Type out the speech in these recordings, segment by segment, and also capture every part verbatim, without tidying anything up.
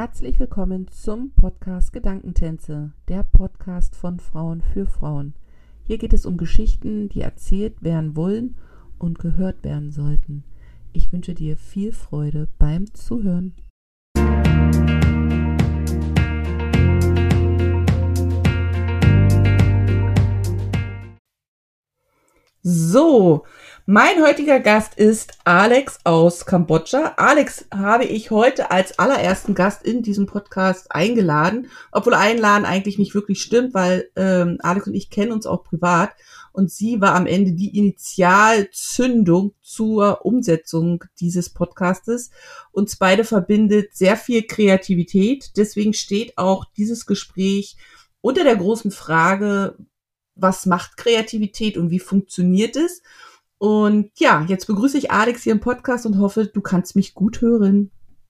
Herzlich willkommen zum Podcast Gedankentänze, der Podcast von Frauen für Frauen. Hier geht es um Geschichten, die erzählt werden wollen und gehört werden sollten. Ich wünsche dir viel Freude beim Zuhören. So, mein heutiger Gast ist Alex aus Kambodscha. Alex habe ich heute als allerersten Gast in diesem Podcast eingeladen, obwohl einladen eigentlich nicht wirklich stimmt, weil ähm, Alex und ich kennen uns auch privat und sie war am Ende die Initialzündung zur Umsetzung dieses Podcastes. Uns beide verbindet sehr viel Kreativität, deswegen steht auch dieses Gespräch unter der großen Frage, was macht Kreativität und wie funktioniert es? Und ja, jetzt begrüße ich Alex hier im Podcast und hoffe, du kannst mich gut hören.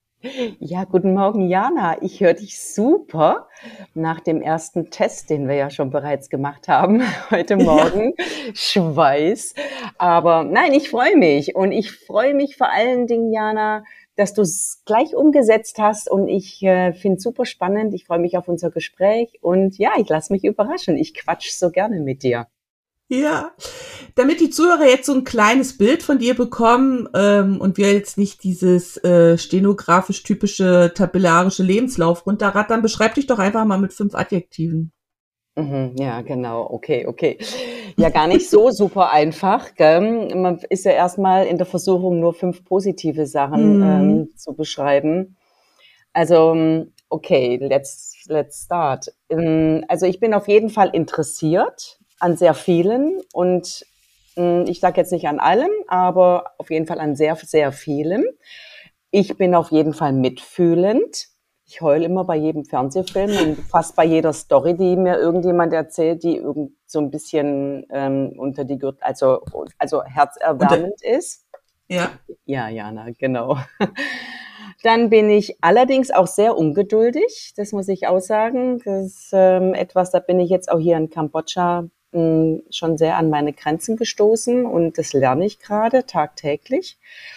Ja, guten Morgen, Jana. Ich höre dich super nach dem ersten Test, den wir ja schon bereits gemacht haben heute Morgen. Ja. Schweiß. Aber nein, ich freue mich. Und ich freue mich vor allen Dingen, Jana, dass du es gleich umgesetzt hast. Und ich äh, finde es super spannend. Ich freue mich auf unser Gespräch. Und ja, ich lasse mich überraschen. Ich quatsch so gerne mit dir. Ja, damit die Zuhörer jetzt so ein kleines Bild von dir bekommen ähm, und wir jetzt nicht dieses äh, stenografisch typische tabellarische Lebenslauf runterrattern, beschreib dich doch einfach mal mit fünf Adjektiven. Mhm, ja, genau, okay, okay. Ja, gar nicht so super einfach, gell? Man ist ja erstmal in der Versuchung, nur fünf positive Sachen mhm. ähm, zu beschreiben. Also, okay, let's, let's start. Also ich bin auf jeden Fall interessiert an sehr vielen und mh, ich sage jetzt nicht an allem, aber auf jeden Fall an sehr, sehr vielen. Ich bin auf jeden Fall mitfühlend. Ich heule immer bei jedem Fernsehfilm und fast bei jeder Story, die mir irgendjemand erzählt, die irgend so ein bisschen ähm, unter die Gürtel, also, also herzerwärmend der, ist. Ja. Ja, Jana, genau. Dann bin ich allerdings auch sehr ungeduldig, das muss ich auch sagen. Das ist ähm, etwas, da bin ich jetzt auch hier in Kambodscha mh, schon sehr an meine Grenzen gestoßen und das lerne ich gerade tagtäglich.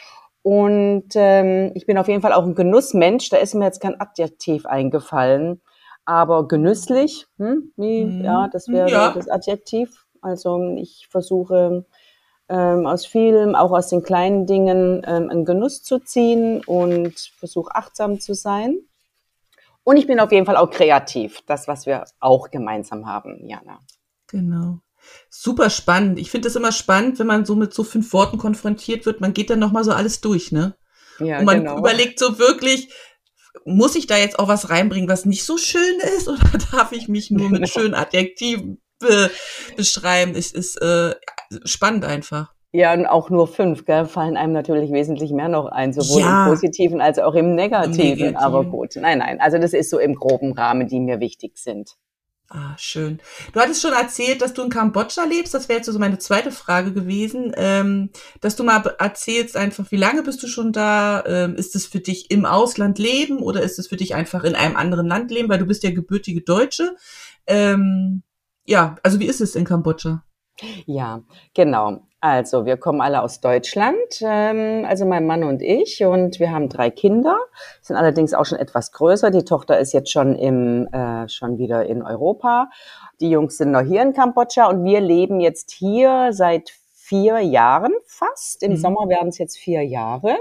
Und ähm, ich bin auf jeden Fall auch ein Genussmensch, da ist mir jetzt kein Adjektiv eingefallen, aber genüsslich, hm, wie, mhm. ja, das wäre ja. das Adjektiv. Also ich versuche ähm, aus vielem, auch aus den kleinen Dingen, ähm, einen Genuss zu ziehen und versuche achtsam zu sein. Und ich bin auf jeden Fall auch kreativ, das, was wir auch gemeinsam haben, Jana. Genau. Super spannend. Ich finde es immer spannend, wenn man so mit so fünf Worten konfrontiert wird. Man geht dann nochmal so alles durch, ne? Ja, und man genau. überlegt so wirklich, muss ich da jetzt auch was reinbringen, was nicht so schön ist? Oder darf ich mich nur mit schönen Adjektiven be- beschreiben? Es ist äh, spannend einfach. Ja, und auch nur fünf, gell, fallen einem natürlich wesentlich mehr noch ein, sowohl ja. im Positiven als auch im Negativen. Im Negativen. Aber gut, nein, nein, also das ist so im groben Rahmen, die mir wichtig sind. Ah, schön. Du hattest schon erzählt, dass du in Kambodscha lebst. Das wäre jetzt so meine zweite Frage gewesen. Ähm, dass du mal erzählst einfach, wie lange bist du schon da? Ähm, ist es für dich im Ausland leben oder ist es für dich einfach in einem anderen Land leben? Weil du bist ja gebürtige Deutsche. Ähm, ja, also wie ist es in Kambodscha? Ja, genau. Also wir kommen alle aus Deutschland, ähm, also mein Mann und ich, und wir haben drei Kinder, sind allerdings auch schon etwas größer. Die Tochter ist jetzt schon im äh, schon wieder in Europa. Die Jungs sind noch hier in Kambodscha und wir leben jetzt hier seit vier Jahren fast. Im mhm. Sommer werden es jetzt vier Jahre.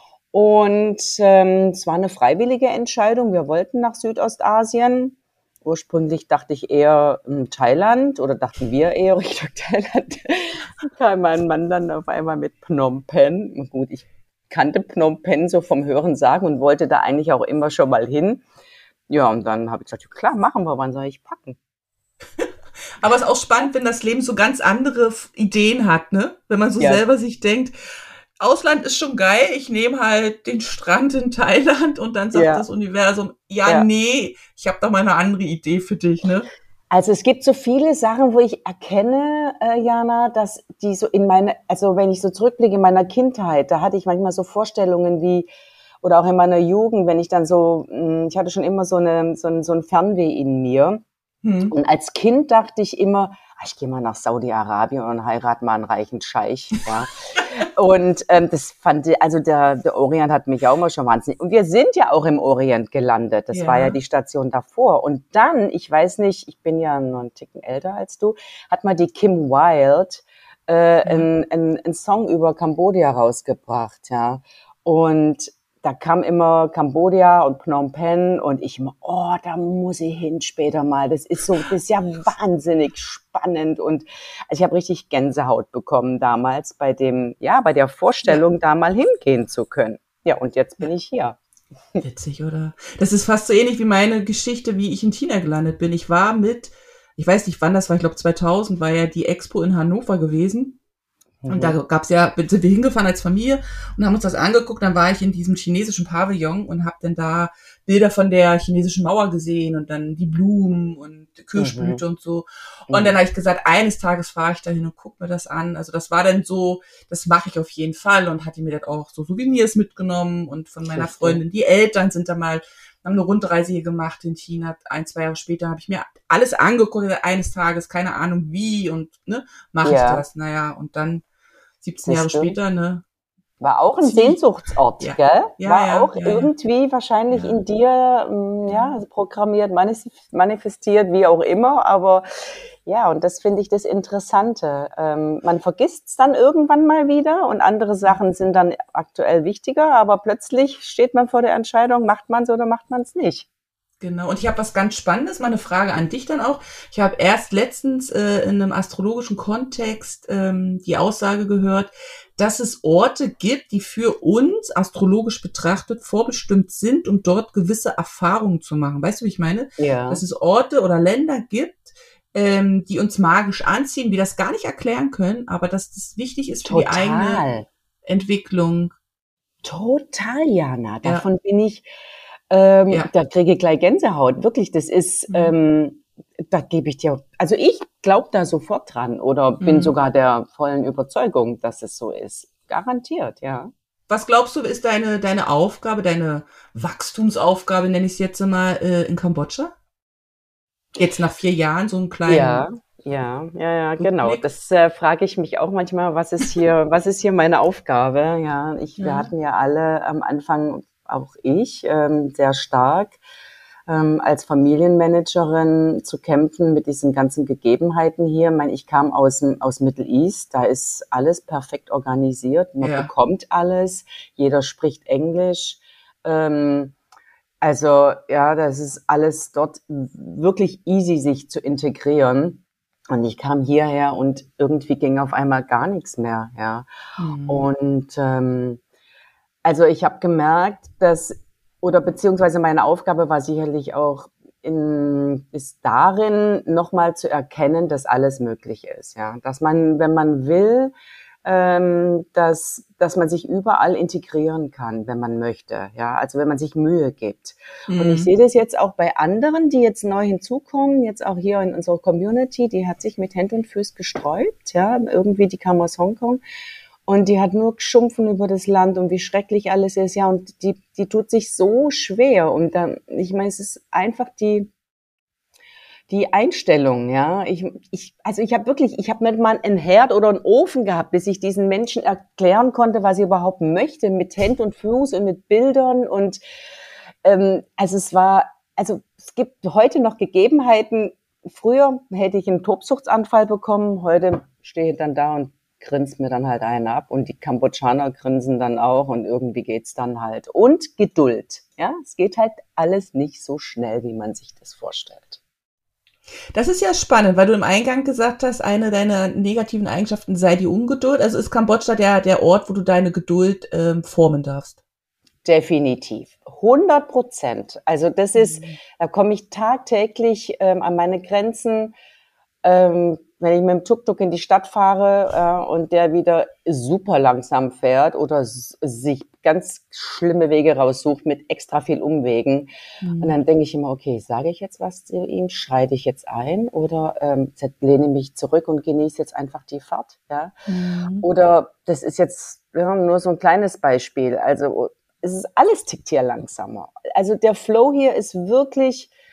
Und ähm, es war eine freiwillige Entscheidung. Wir wollten nach Südostasien. Ursprünglich dachte ich eher in Thailand oder dachten wir eher Richtung Thailand. Kam mein Mann dann auf einmal mit Phnom Penh. Gut, ich kannte Phnom Penh so vom Hören sagen und wollte da eigentlich auch immer schon mal hin. Ja, und dann habe ich gesagt, klar, machen wir, wann soll ich packen? Aber es ist auch spannend, wenn das Leben so ganz andere Ideen hat, ne? Wenn man so ja. selber sich denkt, Ausland ist schon geil, ich nehme halt den Strand in Thailand und dann sagt ja. das Universum, ja, ja. nee, ich habe doch mal eine andere Idee für dich, ne? Also es gibt so viele Sachen, wo ich erkenne, äh, Jana, dass die so in meine, also wenn ich so zurückblicke in meiner Kindheit, da hatte ich manchmal so Vorstellungen wie, oder auch in meiner Jugend, wenn ich dann so, ich hatte schon immer so eine so ein, so ein Fernweh in mir. Hm. Und als Kind dachte ich immer, ah, ich gehe mal nach Saudi-Arabien und heirate mal einen reichen Scheich. Ja. Und ähm, das fand ich, also der, der Orient hat mich auch immer schon wahnsinnig. Und wir sind ja auch im Orient gelandet. Das Ja. war ja die Station davor. Und dann, ich weiß nicht, ich bin ja noch einen Ticken älter als du, hat mal die Kim Wilde äh, ja. einen ein Song über Kambodscha rausgebracht. Ja. Und da kam immer Kambodscha und Phnom Penh und ich immer, oh, da muss ich hin später mal. Das ist so, das ist ja wahnsinnig spannend und also ich habe richtig Gänsehaut bekommen damals bei dem, ja, bei der Vorstellung, ja. da mal hingehen zu können. Ja, und jetzt bin ich hier. Witzig, oder? Das ist fast so ähnlich wie meine Geschichte, wie ich in China gelandet bin. Ich war mit, ich weiß nicht wann das war, ich glaube zweitausend war ja die Expo in Hannover gewesen. Und da gab's ja, sind wir hingefahren als Familie und haben uns das angeguckt. Dann war ich in diesem chinesischen Pavillon und habe dann da Bilder von der chinesischen Mauer gesehen und dann die Blumen und Kirschblüte mhm. und so. Und mhm. dann habe ich gesagt, eines Tages fahre ich da hin und guck mir das an. Also das war dann so, das mache ich auf jeden Fall und hatte mir dann auch so Souvenirs mitgenommen und von meiner Freundin. Die Eltern sind da mal, haben eine Rundreise hier gemacht in China. Ein, zwei Jahre später habe ich mir alles angeguckt, eines Tages, keine Ahnung wie und ne, mache ja. ich das. Naja, und dann siebzehn Jahre später, ne? War auch ein Sehnsuchtsort, ja. gell? Ja, War ja, auch ja, irgendwie wahrscheinlich ja. in dir, ja, programmiert, manifestiert, wie auch immer, aber ja, und das finde ich das Interessante. Ähm, man vergisst es dann irgendwann mal wieder und andere Sachen sind dann aktuell wichtiger, aber plötzlich steht man vor der Entscheidung, macht man es oder macht man es nicht. Genau, und ich habe was ganz Spannendes, mal eine Frage an dich dann auch. Ich habe erst letztens äh, in einem astrologischen Kontext ähm, die Aussage gehört, dass es Orte gibt, die für uns astrologisch betrachtet vorbestimmt sind, um dort gewisse Erfahrungen zu machen. Weißt du, wie ich meine? Ja. Dass es Orte oder Länder gibt, ähm, die uns magisch anziehen, wir das gar nicht erklären können, aber dass das wichtig ist für Total. die eigene Entwicklung. Total, Jana. Davon ja. bin ich... Ähm, ja. Da kriege ich gleich Gänsehaut. Wirklich, das ist, mhm. ähm, da gebe ich dir, also ich glaube da sofort dran oder bin mhm. sogar der vollen Überzeugung, dass es so ist. Garantiert, ja. Was glaubst du, ist deine, deine Aufgabe, deine Wachstumsaufgabe, nenne ich es jetzt mal, äh, in Kambodscha? Jetzt nach vier Jahren so ein kleiner... Ja. Ja, ja, ja, genau. Das äh, frage ich mich auch manchmal, was ist hier, was ist hier meine Aufgabe? Ja, ich, wir ja. hatten ja alle am Anfang, auch ich, ähm, sehr stark ähm, als Familienmanagerin zu kämpfen mit diesen ganzen Gegebenheiten hier. Ich meine, ich kam aus dem aus Middle East, da ist alles perfekt organisiert, man ja. bekommt alles, jeder spricht Englisch. Ähm, also ja, das ist alles dort wirklich easy, sich zu integrieren. Und ich kam hierher und irgendwie ging auf einmal gar nichts mehr. Ja, mhm. und ähm, also ich habe gemerkt, dass, oder beziehungsweise meine Aufgabe war sicherlich auch, in, ist darin, nochmal zu erkennen, dass alles möglich ist. Ja, dass man, wenn man will, ähm, dass, dass man sich überall integrieren kann, wenn man möchte. Ja, also wenn man sich Mühe gibt. Mhm. Und ich sehe das jetzt auch bei anderen, die jetzt neu hinzukommen, jetzt auch hier in unserer Community, die hat sich mit Händen und Füßen gesträubt. Ja, irgendwie, die kam aus Hongkong. Und die hat nur geschumpfen über das Land und wie schrecklich alles ist. Ja, und die, die tut sich so schwer. Und dann, ich meine, es ist einfach die, die Einstellung, ja. Ich, ich, also ich habe wirklich, ich habe nicht mal einen Herd oder einen Ofen gehabt, bis ich diesen Menschen erklären konnte, was ich überhaupt möchte, mit Händ und Fuß und mit Bildern. Und ähm, also es war, also es gibt heute noch Gegebenheiten. Früher hätte ich einen Tobsuchtsanfall bekommen, heute stehe ich dann da und grinst mir dann halt einen ab und die Kambodschaner grinsen dann auch und irgendwie geht's dann halt. Und Geduld, ja, es geht halt alles nicht so schnell, wie man sich das vorstellt. Das ist ja spannend, weil du im Eingang gesagt hast, eine deiner negativen Eigenschaften sei die Ungeduld. Also ist Kambodscha der, der Ort, wo du deine Geduld ähm, formen darfst? Definitiv, hundert Prozent. Also das ist, mhm. da komme ich tagtäglich ähm, an meine Grenzen, ähm, wenn ich mit dem Tuk-Tuk in die Stadt fahre äh, und der wieder super langsam fährt oder s- sich ganz schlimme Wege raussucht mit extra viel Umwegen. Mhm. Und dann denke ich immer, okay, sage ich jetzt was zu ihm, schreite ich jetzt ein oder ähm, lehne mich zurück und genieße jetzt einfach die Fahrt. Ja? Mhm. Oder das ist jetzt ja, nur so ein kleines Beispiel. Also es ist alles tickt hier langsamer. Also der Flow hier ist wirklich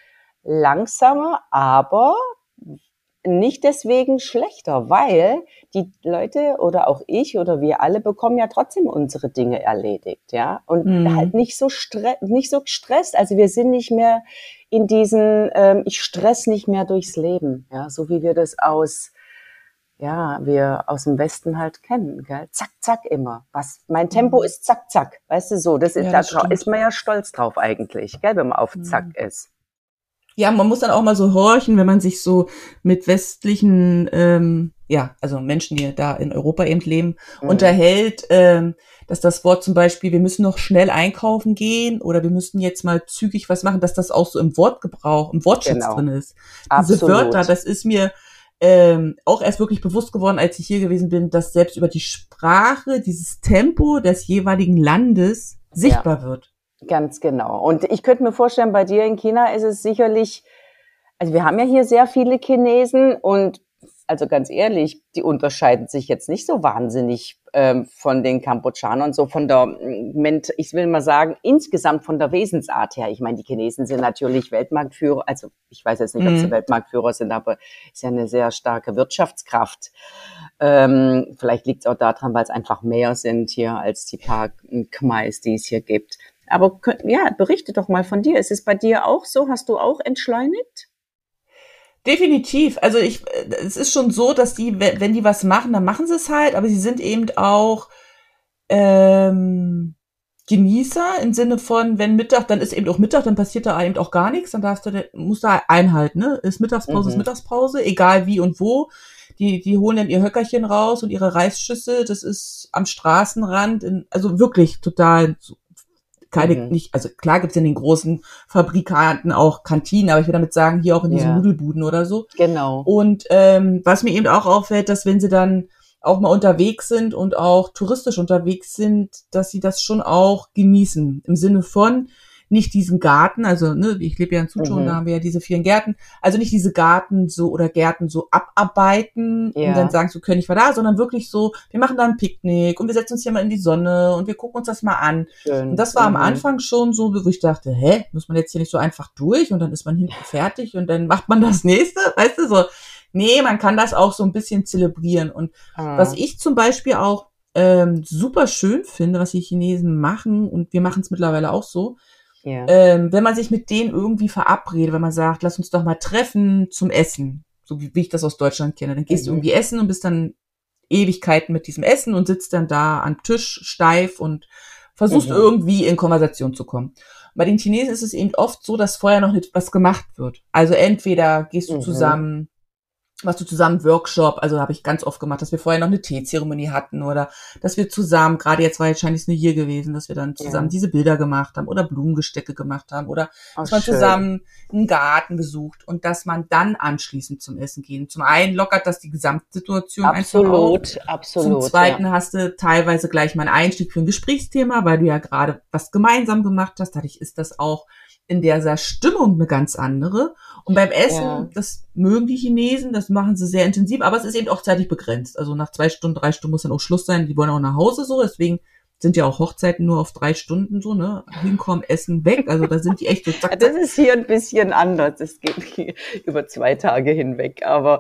langsamer, aber nicht deswegen schlechter, weil die Leute oder auch ich oder wir alle bekommen ja trotzdem unsere Dinge erledigt, ja, und Mhm. halt nicht so stre- nicht so gestresst. Also wir sind nicht mehr in diesen, ähm, ich stress nicht mehr durchs Leben, ja, so wie wir das aus, ja, wir aus dem Westen halt kennen, gell? Zack, zack immer. Was, mein Tempo Mhm. ist zack, zack, weißt du so, das ist, Ja, da das dra- ist stimmt. man ja stolz drauf eigentlich, gell, wenn man auf Mhm. Zack ist. Ja, man muss dann auch mal so horchen, wenn man sich so mit westlichen, ähm, ja, also Menschen, die da in Europa eben leben, Mhm. unterhält, ähm, dass das Wort zum Beispiel, wir müssen noch schnell einkaufen gehen oder wir müssen jetzt mal zügig was machen, dass das auch so im Wortgebrauch, im Wortschatz Genau, drin ist. Diese Wörter, absolut. das ist mir ähm, auch erst wirklich bewusst geworden, als ich hier gewesen bin, dass selbst über die Sprache dieses Tempo des jeweiligen Landes Ja. sichtbar wird. Ganz genau. Und ich könnte mir vorstellen, bei dir in China ist es sicherlich, also wir haben ja hier sehr viele Chinesen und also ganz ehrlich, die unterscheiden sich jetzt nicht so wahnsinnig ähm, von den Kambodschanern, so von der, Ment- ich will mal sagen, insgesamt von der Wesensart her. Ich meine, die Chinesen sind natürlich Weltmarktführer, also ich weiß jetzt nicht, ob sie Mhm. Weltmarktführer sind, aber ist ja eine sehr starke Wirtschaftskraft. Ähm, vielleicht liegt es auch daran, weil es einfach mehr sind hier als die paar Khmers, die es hier gibt. Aber könnt- ja, berichte doch mal von dir. Ist es bei dir auch so? Hast du auch entschleunigt? Definitiv. Also ich, äh, es ist schon so, dass die, we- wenn die was machen, dann machen sie es halt, aber sie sind eben auch ähm, Genießer im Sinne von, wenn Mittag, dann ist eben auch Mittag, dann passiert da eben auch gar nichts, dann darfst du, musst du einhalten, ne? Ist Mittagspause, ist Mhm. Mittagspause, egal wie und wo. Die, die holen dann ihr Höckerchen raus und ihre Reisschüssel, das ist am Straßenrand, in, also wirklich total so, keine, Mhm. nicht, also klar gibt's in den großen Fabrikanten auch Kantinen, aber ich will damit sagen, hier auch in diesen Ja, Nudelbuden oder so. genau. Und ähm, was mir eben auch auffällt, dass wenn sie dann auch mal unterwegs sind und auch touristisch unterwegs sind, dass sie das schon auch genießen. Im Sinne von nicht diesen Garten, also ne, ich lebe ja in Suzhou und da Mhm. haben wir ja diese vielen Gärten, also nicht diese Garten so oder Gärten so abarbeiten und dann Ja, sagen, so können ich war da, sondern wirklich so, wir machen da ein Picknick und wir setzen uns hier mal in die Sonne und wir gucken uns das mal an. Und schön. das war am Mhm. Anfang schon so, wo ich dachte, hä, muss man jetzt hier nicht so einfach durch und dann ist man hinten fertig und dann macht man das nächste, weißt du, so. Nee, man kann das auch so ein bisschen zelebrieren. Und was Ah, ich zum Beispiel auch ähm, super schön finde, was die Chinesen machen, und wir machen es mittlerweile auch so, ja. ähm, wenn man sich mit denen irgendwie verabredet, wenn man sagt, lass uns doch mal treffen zum Essen, so wie, wie ich das aus Deutschland kenne, dann gehst du Mhm. irgendwie essen und bist dann Ewigkeiten mit diesem Essen und sitzt dann da am Tisch steif und versuchst Mhm. irgendwie in Konversation zu kommen. Bei den Chinesen ist es eben oft so, dass vorher noch nicht was gemacht wird. Also entweder gehst du Mhm. zusammen, machst du zusammen einen Workshop, also habe ich ganz oft gemacht, dass wir vorher noch eine Teezeremonie hatten oder dass wir zusammen, gerade jetzt war jetzt Chinese New Year gewesen, dass wir dann zusammen Ja. diese Bilder gemacht haben oder Blumengestecke gemacht haben oder Oh, dass man schön. zusammen einen Garten besucht und dass man dann anschließend zum Essen geht. Zum einen lockert das die Gesamtsituation einfach auf. Absolut, Zum absolut, ja. Zweiten hast du teilweise gleich mal einen Einstieg für ein Gesprächsthema, weil du ja gerade was gemeinsam gemacht hast. Dadurch ist das auch in dieser Stimmung eine ganz andere. Und beim Ja. Essen, das mögen die Chinesen, das machen sie sehr intensiv, aber es ist eben auch zeitlich begrenzt. Also nach zwei Stunden, drei Stunden muss dann auch Schluss sein. Die wollen auch nach Hause so, deswegen sind ja auch Hochzeiten nur auf drei Stunden so, ne? Hinkommen, Essen, weg. Also da sind die echt so zack, Das zack. ist hier ein bisschen anders. Das geht hier über zwei Tage hinweg. Aber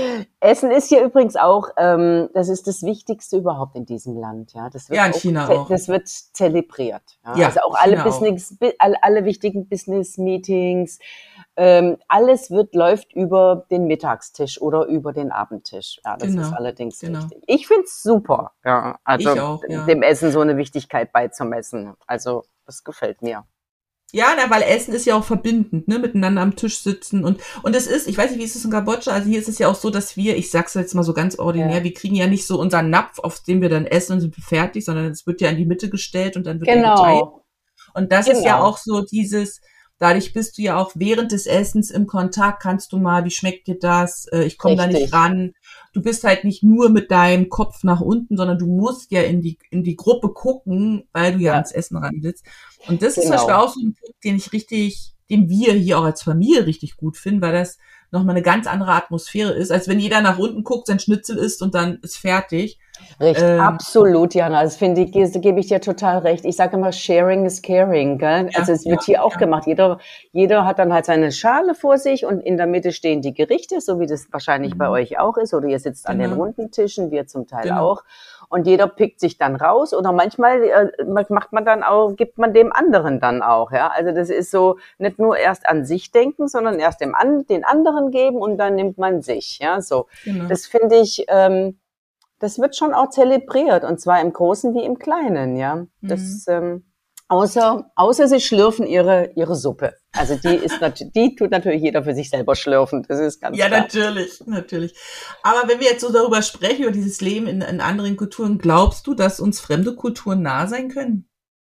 Essen ist hier übrigens auch, ähm, das ist das Wichtigste überhaupt in diesem Land. Ja, das Ja, wird in auch, China ze- auch. das wird zelebriert. Ja, also Ja, auch alle China auch. Business, bi- alle, alle wichtigen Business-Meetings, ähm, alles wird läuft über den Mittagstisch oder über den Abendtisch. Ja, das ist Genau, allerdings genau. richtig. Ich find's super. Ja, Ich also auch, ja. dem Essen so eine Wichtigkeit beizumessen. Also das gefällt mir. Ja, na, weil Essen ist ja auch verbindend, ne, miteinander am Tisch sitzen und und es ist, ich weiß nicht, wie ist es in Kambodscha, also hier ist es ja auch so, dass wir, ich sag's jetzt mal so ganz ordinär, Ja. wir kriegen ja nicht so unseren Napf, auf dem wir dann essen und sind fertig, sondern es wird ja in die Mitte gestellt und dann wird der geteilt. Genau, Und das ist ja genau. auch so dieses, dadurch bist du ja auch während des Essens im Kontakt, kannst du mal, wie schmeckt dir das? Äh, Ich komme da nicht Richtig, ran. Du bist halt nicht nur mit deinem Kopf nach unten, sondern du musst ja in die, in die Gruppe gucken, weil du ja ja, ans Essen ran willst. Und das ist zum Beispiel genau. auch so ein Punkt, den ich richtig, den wir hier auch als Familie richtig gut finden, weil das nochmal eine ganz andere Atmosphäre ist, als wenn jeder nach unten guckt, sein Schnitzel isst und dann ist fertig. Richtig, Ähm, absolut, Jana. Das finde ich, das gebe ich dir total recht. Ich sage immer, sharing is caring, gell? ja, Also es wird ja, hier auch ja. gemacht. Jeder, jeder hat dann halt seine Schale vor sich und in der Mitte stehen die Gerichte, so wie das wahrscheinlich Mhm. bei euch auch ist. Oder ihr sitzt an den Genau. runden Tischen, wir zum Teil Genau. auch. Und jeder pickt sich dann raus oder manchmal äh, macht man dann auch, gibt man dem anderen dann auch, ja. Also das ist so nicht nur erst an sich denken, sondern erst dem an, den anderen geben und dann nimmt man sich, ja. So, Genau. das finde ich. Ähm, Das wird schon auch zelebriert, und zwar im Großen wie im Kleinen, ja. Das, Mhm. ähm, außer, außer sie schlürfen ihre, ihre Suppe. Also die ist natürlich, die tut natürlich jeder für sich selber schlürfen. Das ist ganz Ja, klar. natürlich, natürlich. Aber wenn wir jetzt so darüber sprechen, über dieses Leben in, in anderen Kulturen, glaubst du, dass uns fremde Kulturen nah sein können?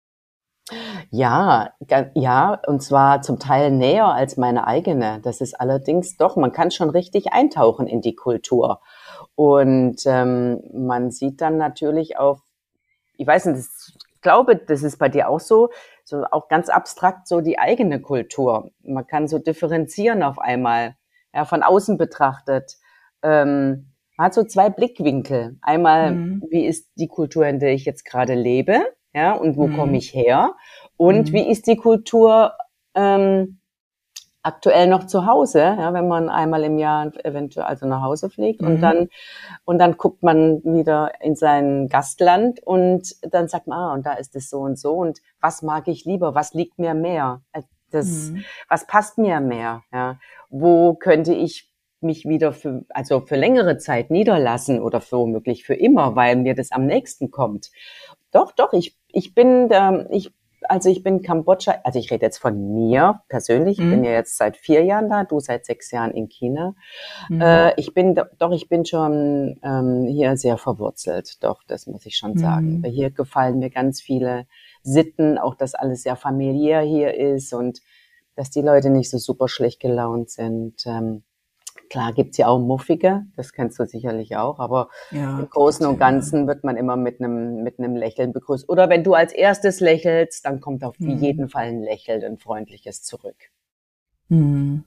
Ja, ga- ja, und zwar zum Teil näher als meine eigene. Das ist allerdings doch, man kann schon richtig eintauchen in die Kultur. Und ähm, man sieht dann natürlich auf, ich weiß nicht, das, ich glaube, das ist bei dir auch so, so auch ganz abstrakt so die eigene Kultur. Man kann so differenzieren auf einmal, ja, von außen betrachtet. Ähm, man hat so zwei Blickwinkel. Einmal, Mhm. wie ist die Kultur, in der ich jetzt gerade lebe, ja, und wo Mhm. komme ich her? Und Mhm. wie ist die Kultur ähm, aktuell noch zu Hause, ja, wenn man einmal im Jahr eventuell also nach Hause fliegt und Mhm. dann und dann guckt man wieder in sein Gastland und dann sagt man, ah, und da ist es so und so und was mag ich lieber, was liegt mir mehr, das, Mhm. was passt mir mehr, ja, wo könnte ich mich wieder für, also für längere Zeit niederlassen oder für womöglich für immer, weil mir das am nächsten kommt. Doch, doch, ich, ich bin, ähm, ich also ich bin Kambodscha, also ich rede jetzt von mir persönlich, ich bin Mhm. ja jetzt seit vier Jahren da, du seit sechs Jahren in China. Mhm. Äh, ich bin do- doch, ich bin schon ähm, hier sehr verwurzelt, doch, das muss ich schon sagen. Mhm. Hier gefallen mir ganz viele Sitten, auch dass alles sehr familiär hier ist und dass die Leute nicht so super schlecht gelaunt sind. Ähm, Klar gibt's ja auch Muffige, das kennst du sicherlich auch, aber Ja, im die gibt's Großen ja und überall. Ganzen wird man immer mit einem mit einem Lächeln begrüßt. Oder wenn du als erstes lächelst, dann kommt auf Mhm. jeden Fall ein Lächeln, ein freundliches zurück. Mhm.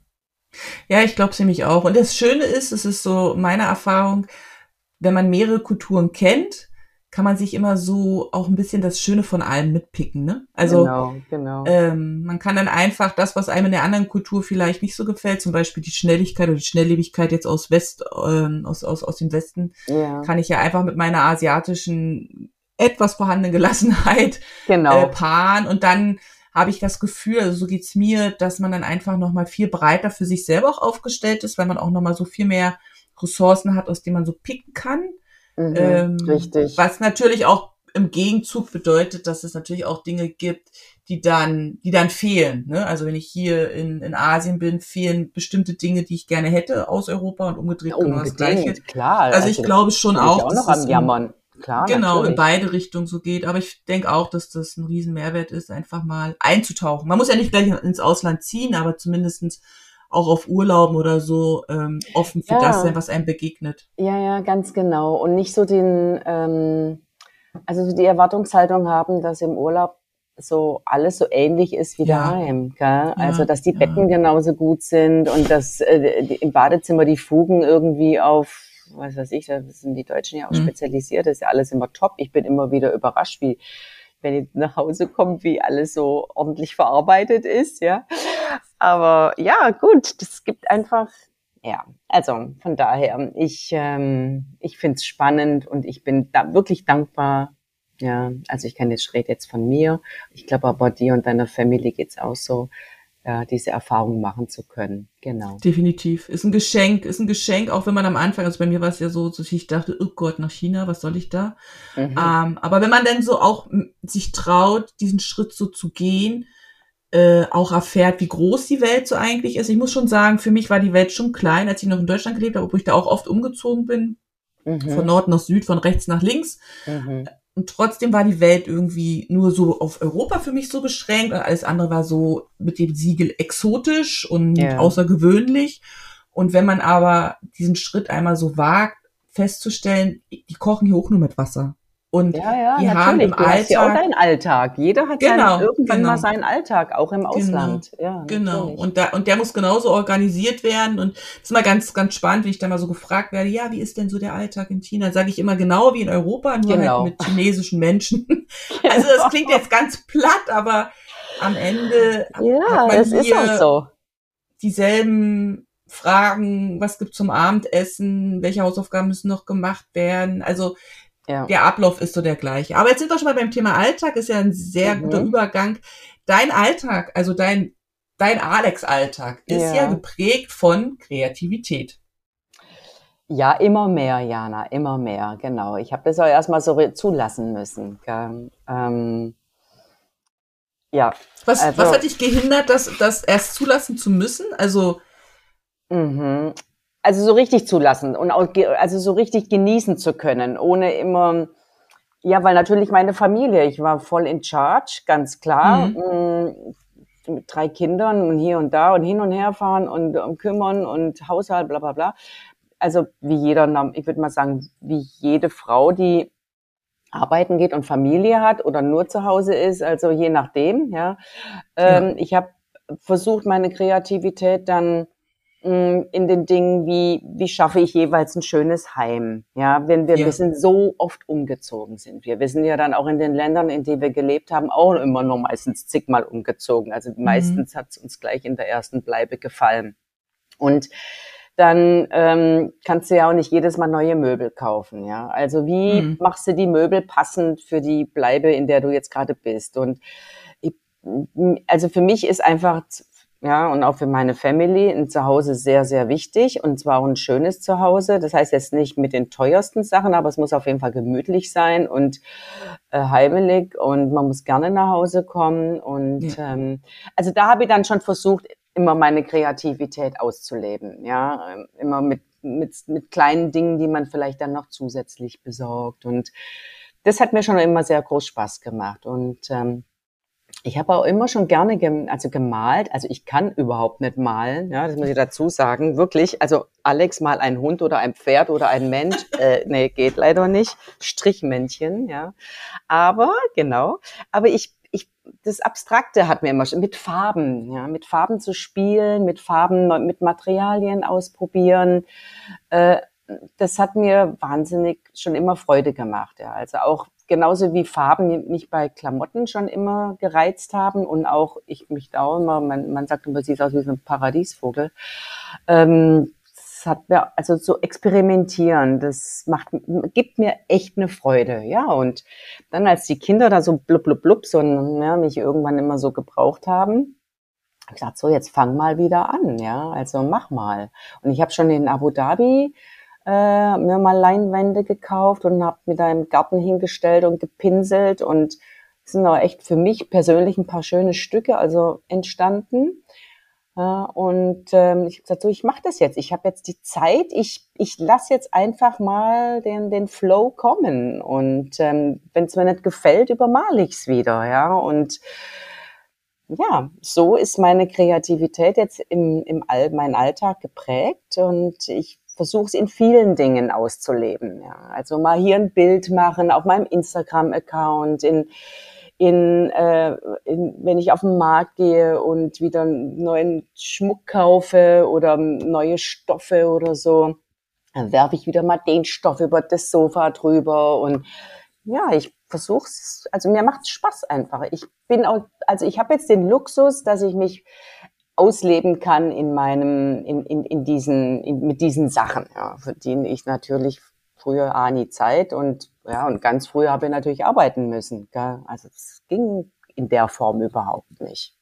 Ja, ich glaube es nämlich auch. Und das Schöne ist, es ist so meine Erfahrung, wenn man mehrere Kulturen kennt, kann man sich immer so auch ein bisschen das Schöne von allem mitpicken, ne? Also Genau, genau. ähm, man kann dann einfach das, was einem in der anderen Kultur vielleicht nicht so gefällt, zum Beispiel die Schnelligkeit oder die Schnelllebigkeit jetzt aus West, ähm, aus, aus, aus dem Westen, Ja, kann ich ja einfach mit meiner asiatischen etwas vorhandenen Gelassenheit äh, genau. paaren und dann habe ich das Gefühl, also so geht's mir, dass man dann einfach nochmal viel breiter für sich selber auch aufgestellt ist, weil man auch nochmal so viel mehr Ressourcen hat, aus denen man so picken kann. Mhm, Ähm, richtig. was natürlich auch im Gegenzug bedeutet, dass es natürlich auch Dinge gibt, die dann, die dann fehlen. Ne? Also wenn ich hier in, in Asien bin, fehlen bestimmte Dinge, die ich gerne hätte aus Europa und Ja, umgedreht genau das Gleiche. unbedingt, klar. Also ich Also glaube schon bin ich auch, auch dass noch es am in, Jammern. Klar, genau in natürlich. beide Richtungen so geht. Aber ich denke auch, dass das ein riesen Mehrwert ist, einfach mal einzutauchen. Man muss ja nicht gleich ins Ausland ziehen, aber zumindestens auch auf Urlauben oder so ähm, offen für das sein, Ja, was einem begegnet. ja, ja, ganz genau. Und nicht so den, ähm, also so die Erwartungshaltung haben, dass im Urlaub so alles so ähnlich ist wie Ja, daheim, gell? Also ja, dass die ja. Betten genauso gut sind und dass äh, die, im Badezimmer die Fugen irgendwie auf, was weiß ich, da sind die Deutschen ja auch Hm. spezialisiert, das ist ja alles immer top. Ich bin immer wieder überrascht, wie wenn ich nach Hause komme, wie alles so ordentlich verarbeitet ist, ja. Aber ja, gut, das gibt einfach, ja, also von daher, ich, ähm, ich finde es spannend und ich bin da wirklich dankbar. Ja, also ich kann jetzt rede jetzt von mir. Ich glaube aber dir und deiner Familie geht's auch so, ja, diese Erfahrung machen zu können. Genau. Definitiv. Ist ein Geschenk, ist ein Geschenk, auch wenn man am Anfang, also bei mir war es ja so, dass ich dachte, oh Gott, nach China, was soll ich da? Mhm. Ähm, aber wenn man dann so auch m, sich traut, diesen Schritt so zu gehen, äh, auch erfährt, wie groß die Welt so eigentlich ist. Ich muss schon sagen, für mich war die Welt schon klein, als ich noch in Deutschland gelebt habe, obwohl ich da auch oft umgezogen bin, von Mhm. Nord nach Süd, von rechts nach links. Mhm. Und trotzdem war die Welt irgendwie nur so auf Europa für mich so beschränkt und alles andere war so mit dem Siegel exotisch und Ja. außergewöhnlich. Und wenn man aber diesen Schritt einmal so wagt, festzustellen, die kochen hier auch nur mit Wasser. Und Ja, ja, die haben natürlich. im Du hast ja auch Alltag, deinen Alltag. Jeder hat seinen, genau, irgendwann mal genau. seinen Alltag, auch im Genau, Ausland. Ja, genau. natürlich. Und da, und der muss genauso organisiert werden. Und das ist mal ganz, ganz spannend, wie ich da mal so gefragt werde, ja, wie ist denn so der Alltag in China? Sage ich immer genau wie in Europa, nur halt Genau. mit chinesischen Menschen. Also das Genau. klingt jetzt ganz platt, aber am Ende hat Ja, man es ist auch hier so. dieselben Fragen, was gibt's zum Abendessen, welche Hausaufgaben müssen noch gemacht werden. Also Ja. der Ablauf ist so der gleiche. Aber jetzt sind wir schon mal beim Thema Alltag, ist ja ein sehr guter Mhm. Übergang. Dein Alltag, also dein, dein Alex-Alltag ist ja Ja. geprägt von Kreativität. Ja, immer mehr, Jana, immer mehr, genau. Ich habe das auch erstmal so re- zulassen müssen. Gell? Ähm, ja, Was, was hat also, dich gehindert, das, das erst zulassen zu müssen? Also, mhm. Also so richtig zulassen und auch, ge- also so richtig genießen zu können, ohne immer, ja, weil natürlich meine Familie, ich war voll in charge, ganz klar, hm, mm, mit drei Kindern und hier und da und hin und her fahren und, und kümmern und Haushalt, bla bla bla. Also wie jeder, Nam- ich würde mal sagen, wie jede Frau, die arbeiten geht und Familie hat oder nur zu Hause ist, also je nachdem, ja. ja, Ähm, ich habe versucht, meine Kreativität dann mh, in den Dingen, wie wie schaffe ich jeweils ein schönes Heim, ja. Wenn wir wir ja, sind so oft umgezogen sind wir. Wir sind ja dann auch in den Ländern, in denen wir gelebt haben, auch immer nur meistens zigmal umgezogen. Also hm, meistens hat es uns gleich in der ersten Bleibe gefallen. Und dann ähm, kannst du ja auch nicht jedes Mal neue Möbel kaufen, ja. Also wie hm, machst du die Möbel passend für die Bleibe, in der du jetzt gerade bist? Und ich, also für mich ist einfach, ja, und auch für meine Family ein Zuhause sehr, sehr wichtig, und zwar auch ein schönes Zuhause. Das heißt jetzt nicht mit den teuersten Sachen, aber es muss auf jeden Fall gemütlich sein und äh, heimelig, und man muss gerne nach Hause kommen. Und ja. ähm, also da habe ich dann schon versucht, immer meine Kreativität auszuleben, ja, ähm, immer mit, mit, mit kleinen Dingen, die man vielleicht dann noch zusätzlich besorgt, und das hat mir schon immer sehr groß Spaß gemacht. Und ähm, ich habe auch immer schon gerne gem also gemalt. Also ich kann überhaupt nicht malen, ja, das muss ich dazu sagen, wirklich. Also Alex, mal ein Hund oder ein Pferd oder ein Mensch, äh, nee, geht leider nicht. Strichmännchen, ja. Aber genau, aber ich ich das Abstrakte hat mir immer schon mit Farben, ja, mit Farben zu spielen, mit Farben, neu- mit Materialien ausprobieren. Äh, Das hat mir wahnsinnig schon immer Freude gemacht, ja. Also auch genauso wie Farben mich bei Klamotten schon immer gereizt haben, und auch ich mich da auch immer, man, man sagt immer, sieht aus wie so ein Paradiesvogel. Ähm, das hat mir, also so experimentieren, das macht, gibt mir echt eine Freude, ja. Und dann, als die Kinder da so blub, blub, blub, so, ja, mich irgendwann immer so gebraucht haben, habe ich gesagt, so, jetzt fang mal wieder an, ja, also mach mal. Und ich habe schon in Abu Dhabi äh, mir mal Leinwände gekauft und habe mir da im Garten hingestellt und gepinselt, und es sind auch echt für mich persönlich ein paar schöne Stücke also entstanden. Ja, und ähm, ich habe gesagt, so, ich mache das jetzt. Ich habe jetzt die Zeit. Ich ich lasse jetzt einfach mal den den Flow kommen. Und ähm, wenn es mir nicht gefällt, übermale ich es wieder, ja. Und ja, so ist meine Kreativität jetzt im, im All, mein Alltag geprägt, und ich versuche es in vielen Dingen auszuleben. Ja. Also mal hier ein Bild machen auf meinem Instagram-Account, in, in, äh, in, wenn ich auf den Markt gehe und wieder einen neuen Schmuck kaufe oder neue Stoffe oder so, dann werfe ich wieder mal den Stoff über das Sofa drüber, und ja, ich versuche es, also mir macht es Spaß einfach. Ich bin auch, also ich habe jetzt den Luxus, dass ich mich ausleben kann in meinem, in, in, in diesen, in, mit diesen Sachen. Ja, verdiene ich natürlich früher auch nie Zeit, und ja, und ganz früher habe ich natürlich arbeiten müssen. Gell? Also es ging in der Form überhaupt nicht.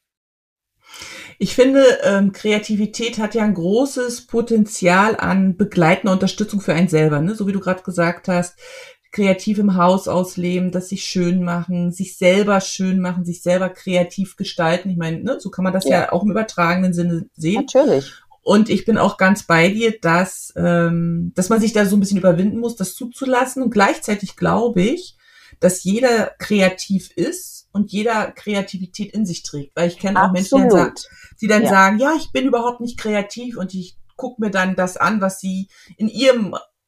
Ich finde, ähm, Kreativität hat ja ein großes Potenzial an begleitender Unterstützung für einen selber, ne? So wie du gerade gesagt hast, kreativ im Haus ausleben, das sich schön machen, sich selber schön machen, sich selber kreativ gestalten. Ich meine, ne, so kann man das Ja, ja auch im übertragenen Sinne sehen. natürlich. Und ich bin auch ganz bei dir, dass, ähm, dass man sich da so ein bisschen überwinden muss, das zuzulassen. Und gleichzeitig glaube ich, dass jeder kreativ ist und jeder Kreativität in sich trägt. Weil ich kenne auch Menschen, die dann, sa Absolut. die dann Ja. sagen, ja, ich bin überhaupt nicht kreativ, und ich gucke mir dann das an, was sie in ihrem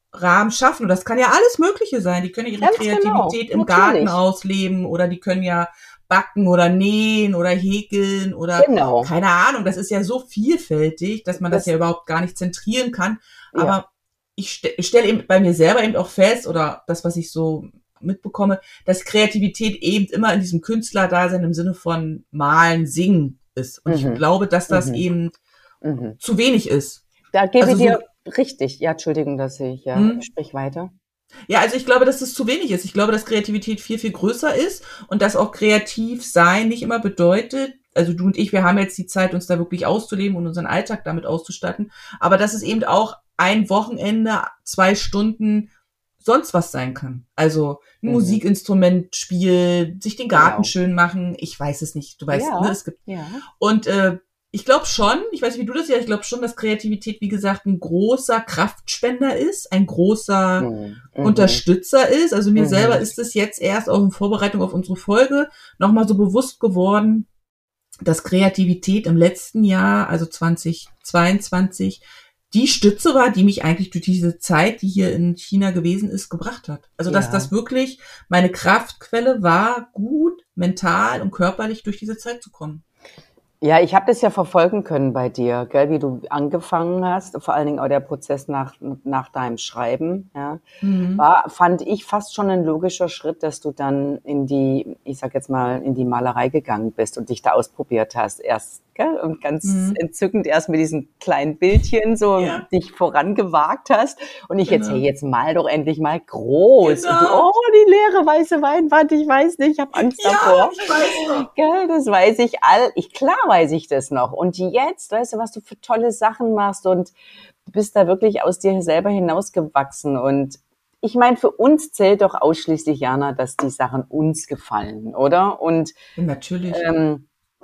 Rahmen schaffen. Und das kann ja alles Mögliche sein. Die können ja ihre Ganz Kreativität genau, im Garten natürlich. ausleben oder die können ja backen oder nähen oder häkeln oder Genau. keine Ahnung. Das ist ja so vielfältig, dass man das ja Das, überhaupt gar nicht zentrieren kann. ja. Aber ich ste- stelle eben bei mir selber eben auch fest oder das, was ich so mitbekomme, dass Kreativität eben immer in diesem Künstlerdasein im Sinne von Malen, Singen ist. Und ich Mhm. glaube, dass das Mhm. eben Mhm. zu wenig ist. Da gebe Also ich so, dir richtig. Ja, Entschuldigung, dass ich, ja, hm? sprich weiter. Ja, also ich glaube, dass es zu wenig ist. Ich glaube, dass Kreativität viel, viel größer ist und dass auch kreativ sein nicht immer bedeutet, also du und ich, wir haben jetzt die Zeit, uns da wirklich auszuleben und unseren Alltag damit auszustatten, aber dass es eben auch ein Wochenende, zwei Stunden sonst was sein kann. Also ein Mhm. Musikinstrument spielen, sich den Garten Genau. schön machen, ich weiß es nicht, du weißt, ne, Ja, es gibt ja. und äh, ich glaube schon, ich weiß nicht, wie du das siehst, ich glaube schon, dass Kreativität, wie gesagt, ein großer Kraftspender ist, ein großer Mhm. Mhm. Unterstützer ist. Also mir selber Mhm. ist es jetzt erst auch in Vorbereitung auf unsere Folge nochmal so bewusst geworden, dass Kreativität im letzten Jahr, also zwanzig zweiundzwanzig, die Stütze war, die mich eigentlich durch diese Zeit, die hier in China gewesen ist, gebracht hat. Also dass Ja. das wirklich meine Kraftquelle war, gut mental und körperlich durch diese Zeit zu kommen. Ja, ich habe das ja verfolgen können bei dir, gell, wie du angefangen hast, vor allen Dingen auch der Prozess nach, nach deinem Schreiben, ja, Mhm. war, fand ich fast schon ein logischer Schritt, dass du dann in die, ich sag jetzt mal, in die Malerei gegangen bist und dich da ausprobiert hast, erst, gell, und ganz Mhm. entzückend erst mit diesen kleinen Bildchen so Ja, dich vorangewagt hast und ich jetzt, hey, genau. jetzt mal doch endlich mal groß und du, Genau. oh, die leere weiße Weinwand, ich weiß nicht, ich habe Angst Ja, davor. ich weiß noch. Gell, das weiß ich all, ich, klar weiß ich das noch. Und jetzt, weißt du, was du für tolle Sachen machst und du bist da wirklich aus dir selber hinausgewachsen. Und ich meine, für uns zählt doch ausschließlich, Jana, dass die Sachen uns gefallen, oder? Und Ja, natürlich. ähm,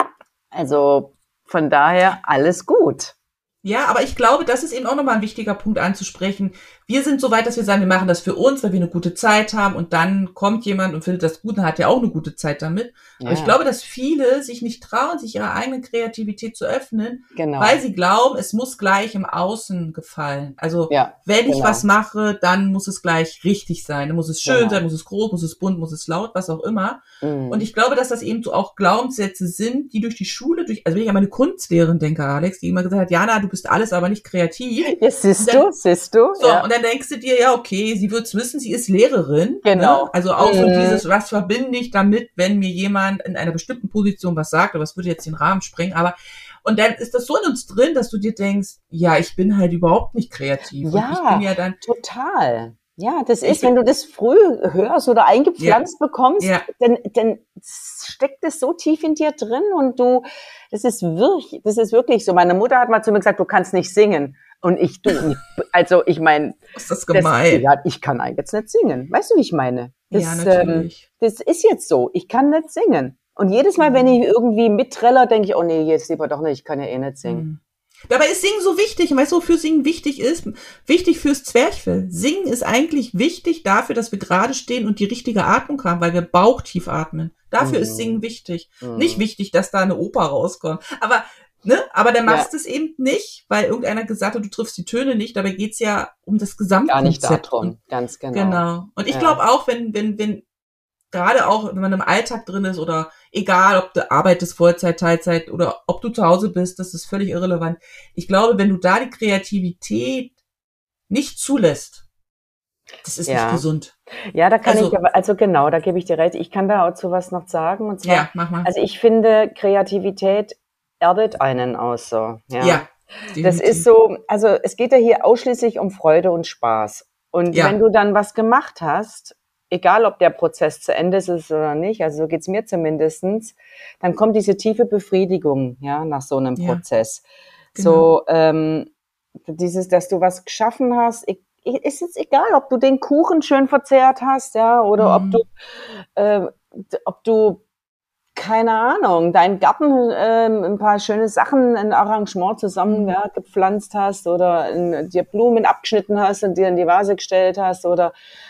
also von daher alles gut. Ja, aber ich glaube, das ist eben auch nochmal ein wichtiger Punkt anzusprechen. Wir sind so weit, dass wir sagen, wir machen das für uns, weil wir eine gute Zeit haben und dann kommt jemand und findet das gut und hat ja auch eine gute Zeit damit. Aber ich Ja, glaube, dass viele sich nicht trauen, sich ihrer eigenen Kreativität zu öffnen, weil genau. sie glauben, es muss gleich im Außen gefallen. Also Ja, wenn ich was genau, mache, dann muss es gleich richtig sein. Dann muss es schön sein, genau. muss es groß, muss es bunt, muss es laut, was auch immer. Und Mhm. ich glaube, dass das eben so auch Glaubenssätze sind, die durch die Schule, durch, also wenn ich an meine Kunstlehrerin denke, Alex, die immer gesagt hat, Jana, du bist alles, aber nicht kreativ. Jetzt Und siehst dann, du, siehst du, so, ja, und dann denkst du dir, ja, okay, sie wird's wissen, sie ist Lehrerin, ne? genau. Also auch so Mhm. dieses, was verbinde ich damit, wenn mir jemand in einer bestimmten Position was sagt, aber was würde jetzt den Rahmen sprengen, aber, und dann ist das so in uns drin, dass du dir denkst, ja, ich bin halt überhaupt nicht kreativ und ich bin Ja, ja dann, total. Ja, das ich ist, bin, wenn du das früh hörst oder ja, eingepflanzt bekommst, ja, dann, dann steckt es so tief in dir drin und du, das ist wirklich, das ist wirklich so. Meine Mutter hat mal zu mir gesagt, du kannst nicht singen. Und ich, du, also ich meine, ist das das, gemein. ja, ich kann jetzt nicht singen. Weißt du, wie ich meine? Ja, Das, ähm, natürlich. das ist jetzt so. Ich kann nicht singen. Und jedes Mal, wenn Genau. ich irgendwie mitträller, denke ich, oh nee, jetzt lieber doch nicht, ich kann ja eh nicht singen. Hm. Dabei ist Singen so wichtig. Und weißt du, wofür Singen wichtig ist? Wichtig fürs Zwerchfell. Singen ist eigentlich wichtig dafür, dass wir gerade stehen und die richtige Atmung haben, weil wir bauchtief atmen. Dafür ist Singen Mhm. wichtig. Nicht Mhm. wichtig, dass da eine Oper rauskommt. Aber, ne, aber dann Ja, machst du es eben nicht, weil irgendeiner gesagt hat, du triffst die Töne nicht. Dabei geht's ja um das gar nicht Gesamtkonzept. Und darum. Ganz genau. genau. Und ich Ja. glaube auch, wenn, wenn, wenn, gerade auch, wenn man im Alltag drin ist oder egal, ob du arbeitest Vollzeit, Teilzeit oder ob du zu Hause bist, das ist völlig irrelevant. Ich glaube, wenn du da die Kreativität nicht zulässt, das ist nicht Ja. gesund. Ja, da kann ich, Also, aber- also genau, da gebe ich dir recht. Ich kann da auch zu was noch sagen. Und zwar, ja, mach mal. also ich finde, Kreativität erdet einen auch so. Ja. Ja, Das ist definitiv. so, also es geht ja hier ausschließlich um Freude und Spaß. Und wenn Ja, du dann was gemacht hast, egal ob der Prozess zu Ende ist oder nicht, also so geht's mir zumindestens, dann kommt diese tiefe Befriedigung, ja, nach so einem ja, Prozess. genau. So, ähm, dieses, dass du was geschaffen hast, ich, ich, ist jetzt egal, ob du den Kuchen schön verzehrt hast, ja, oder ob du, Mhm. äh, ob du keine Ahnung, deinen Garten ähm, ein paar schöne Sachen, ein Arrangement zusammen Mhm. ja, gepflanzt hast oder in, dir Blumen abgeschnitten hast und dir in die Vase gestellt hast oder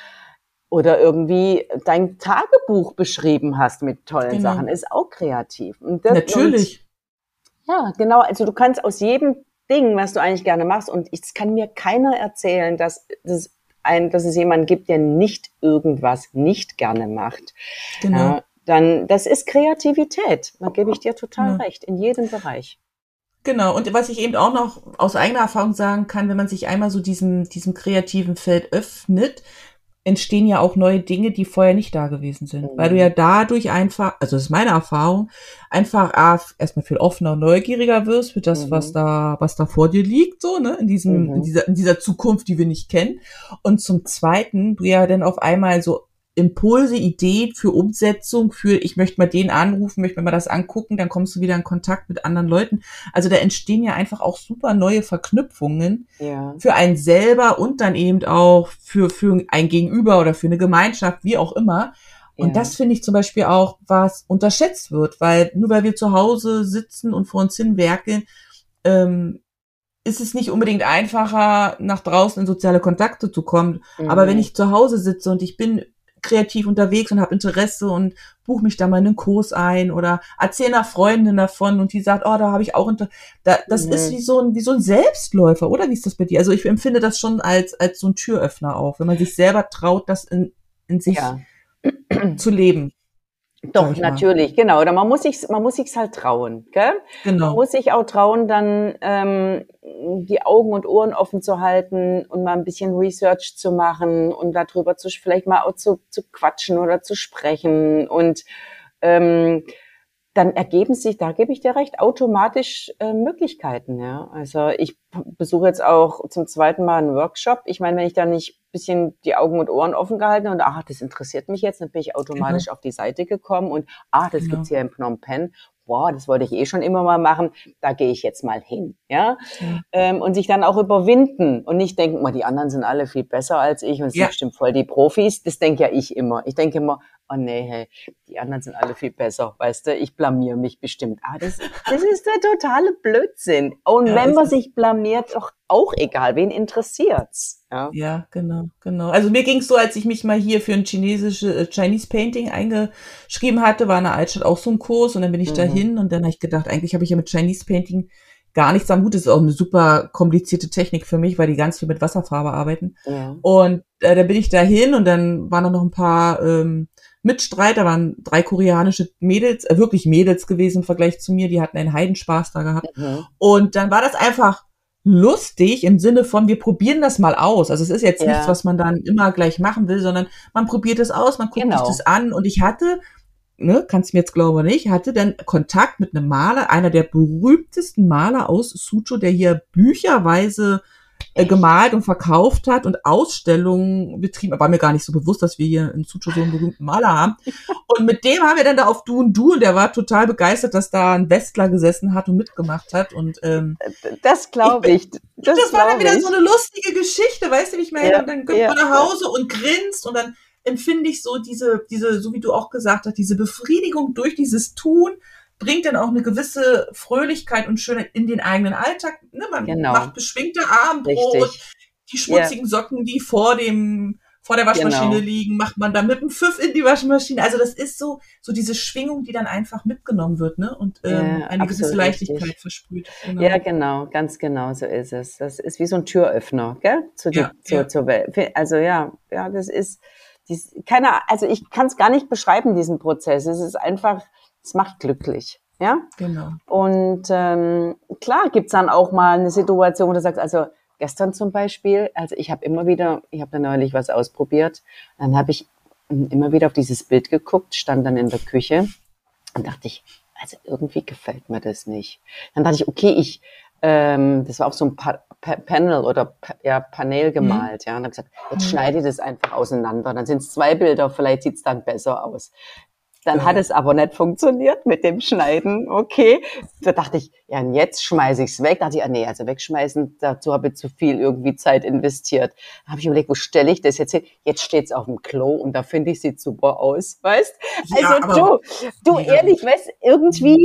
oder irgendwie dein Tagebuch beschrieben hast mit tollen Sachen, Genau. ist auch kreativ. Und das, und Natürlich. ja, genau, also du kannst aus jedem Ding, was du eigentlich gerne machst, und es kann mir keiner erzählen, dass das ein, dass es jemanden gibt, der nicht irgendwas nicht gerne macht. Genau. Ja, dann, das ist Kreativität. Da gebe ich dir total Ja. recht, in jedem Bereich. Genau, und was ich eben auch noch aus eigener Erfahrung sagen kann, wenn man sich einmal so diesem, diesem kreativen Feld öffnet, entstehen ja auch neue Dinge, die vorher nicht da gewesen sind. Mhm. Weil du ja dadurch einfach, also das ist meine Erfahrung, einfach ah, erstmal viel offener und neugieriger wirst für das, mhm. was da, was da vor dir liegt, so, ne, in diesem, mhm. in dieser, in dieser Zukunft, die wir nicht kennen. Und zum Zweiten, du ja dann auf einmal so Impulse, Ideen für Umsetzung, für ich möchte mal den anrufen, möchte mir mal das angucken, dann kommst du wieder in Kontakt mit anderen Leuten. Also da entstehen ja einfach auch super neue Verknüpfungen ja. für einen selber und dann eben auch für, für ein Gegenüber oder für eine Gemeinschaft, wie auch immer. Und ja. das finde ich zum Beispiel auch, was unterschätzt wird, weil nur weil wir zu Hause sitzen und vor uns hin werkeln, ähm, ist es nicht unbedingt einfacher, nach draußen in soziale Kontakte zu kommen. Mhm. Aber wenn ich zu Hause sitze und ich bin kreativ unterwegs und habe Interesse und buche mich da mal in einen Kurs ein oder erzähle einer Freundin davon und die sagt, oh, da habe ich auch Inter- da, das mhm. ist wie so ein wie so ein Selbstläufer, oder wie ist das bei dir? Also ich empfinde das schon als als so ein Türöffner auch, wenn man sich selber traut, das in in sich ja. zu leben. Doch, natürlich, genau. Oder man muss sich, man muss sich's halt trauen, gell? Genau. Man muss sich auch trauen, dann ähm, die Augen und Ohren offen zu halten und mal ein bisschen Research zu machen und darüber zu vielleicht mal auch zu, zu quatschen oder zu sprechen und ähm, dann ergeben sich, da gebe ich dir recht, automatisch äh, Möglichkeiten. Ja, also ich besuche jetzt auch zum zweiten Mal einen Workshop. Ich meine, wenn ich da nicht ein bisschen die Augen und Ohren offen gehalten und ach, das interessiert mich jetzt, dann bin ich automatisch genau. auf die Seite gekommen und ah, das genau. gibt's hier in Phnom Penh. Wow, das wollte ich eh schon immer mal machen, da gehe ich jetzt mal hin, ja, ja. Ähm, und sich dann auch überwinden und nicht denken, mal die anderen sind alle viel besser als ich und sind ja. bestimmt voll die Profis, das denke ja ich immer. Ich denke immer, oh nee, hey, die anderen sind alle viel besser, weißt du, ich blamier mich bestimmt. Ah, das, das ist der totale Blödsinn. Und ja, wenn man sich blamiert, doch auch egal, wen interessiert's? Ja, ja genau, genau. Also mir ging's so, als ich mich mal hier für ein chinesische äh, Chinese Painting eingeschrieben hatte, war in der Altstadt auch so ein Kurs und dann bin ich mhm. dahin und dann habe ich gedacht, eigentlich habe ich ja mit Chinese Painting gar nichts am Hut. Das ist auch eine super komplizierte Technik für mich, weil die ganz viel mit Wasserfarbe arbeiten. Ja. Und äh, da bin ich dahin und dann waren da noch ein paar ähm, Mitstreiter, waren drei koreanische Mädels, äh, wirklich Mädels gewesen im Vergleich zu mir, die hatten einen Heidenspaß da gehabt. Mhm. Und dann war das einfach lustig im Sinne von, wir probieren das mal aus. Also es ist jetzt ja. nichts, was man dann immer gleich machen will, sondern man probiert es aus, man guckt genau. sich das an. Und ich hatte, ne, kannst du mir jetzt glauben oder nicht, hatte dann Kontakt mit einem Maler, einer der berühmtesten Maler aus Suzhou, der hier bücherweise äh, gemalt und verkauft hat und Ausstellungen betrieben. War mir gar nicht so bewusst, dass wir hier in Suzhou so einen berühmten Maler haben. Und mit dem haben wir dann da auf Du und Du und der war total begeistert, dass da ein Westler gesessen hat und mitgemacht hat. Und ähm, das glaube ich. Das, das war dann wieder ich. so eine lustige Geschichte, weißt du, wie ich meine? Ja, und dann kommt ja, man nach Hause ja. und grinst und dann empfinde ich so diese, diese, so wie du auch gesagt hast, diese Befriedigung durch dieses Tun, bringt dann auch eine gewisse Fröhlichkeit und Schönheit in den eigenen Alltag. Ne, man genau. macht beschwingte Abendbrot, Richtig. die schmutzigen yeah. Socken, die vor dem vor der Waschmaschine genau. liegen, macht man da mit einem Pfiff in die Waschmaschine. Also das ist so so diese Schwingung, die dann einfach mitgenommen wird, ne, und ähm, ja, eine gewisse Leichtigkeit richtig. versprüht. Genau. Ja, genau, ganz genau so ist es. Das ist wie so ein Türöffner, gell, zu die, ja, zur, ja. zur Welt. Also ja, ja, das ist dies, keine, also ich kann es gar nicht beschreiben, diesen Prozess. Es ist einfach es macht glücklich, ja? Genau. Und ähm, klar gibt's dann auch mal eine Situation, wo du sagst, also gestern zum Beispiel, also ich habe immer wieder, ich habe da neulich was ausprobiert, dann habe ich immer wieder auf dieses Bild geguckt, stand dann in der Küche und dachte ich, also irgendwie gefällt mir das nicht. Dann dachte ich, okay, ich, ähm, das war auf so ein pa- pa- Panel oder pa- ja, Panel gemalt, mhm. ja, und habe gesagt, jetzt schneide ich das einfach auseinander, dann sind es zwei Bilder, vielleicht sieht's dann besser aus. Dann ja. hat es aber nicht funktioniert mit dem Schneiden, okay. Da dachte ich, ja, und jetzt schmeiße ich es weg. Da dachte ich, ah, nee, also wegschmeißen, dazu habe ich zu viel irgendwie Zeit investiert. Da habe ich überlegt, wo stelle ich das jetzt hin? Jetzt steht's auf dem Klo und da finde ich, sieht super aus, weißt? Also ja, du, du ja. ehrlich, weißt, irgendwie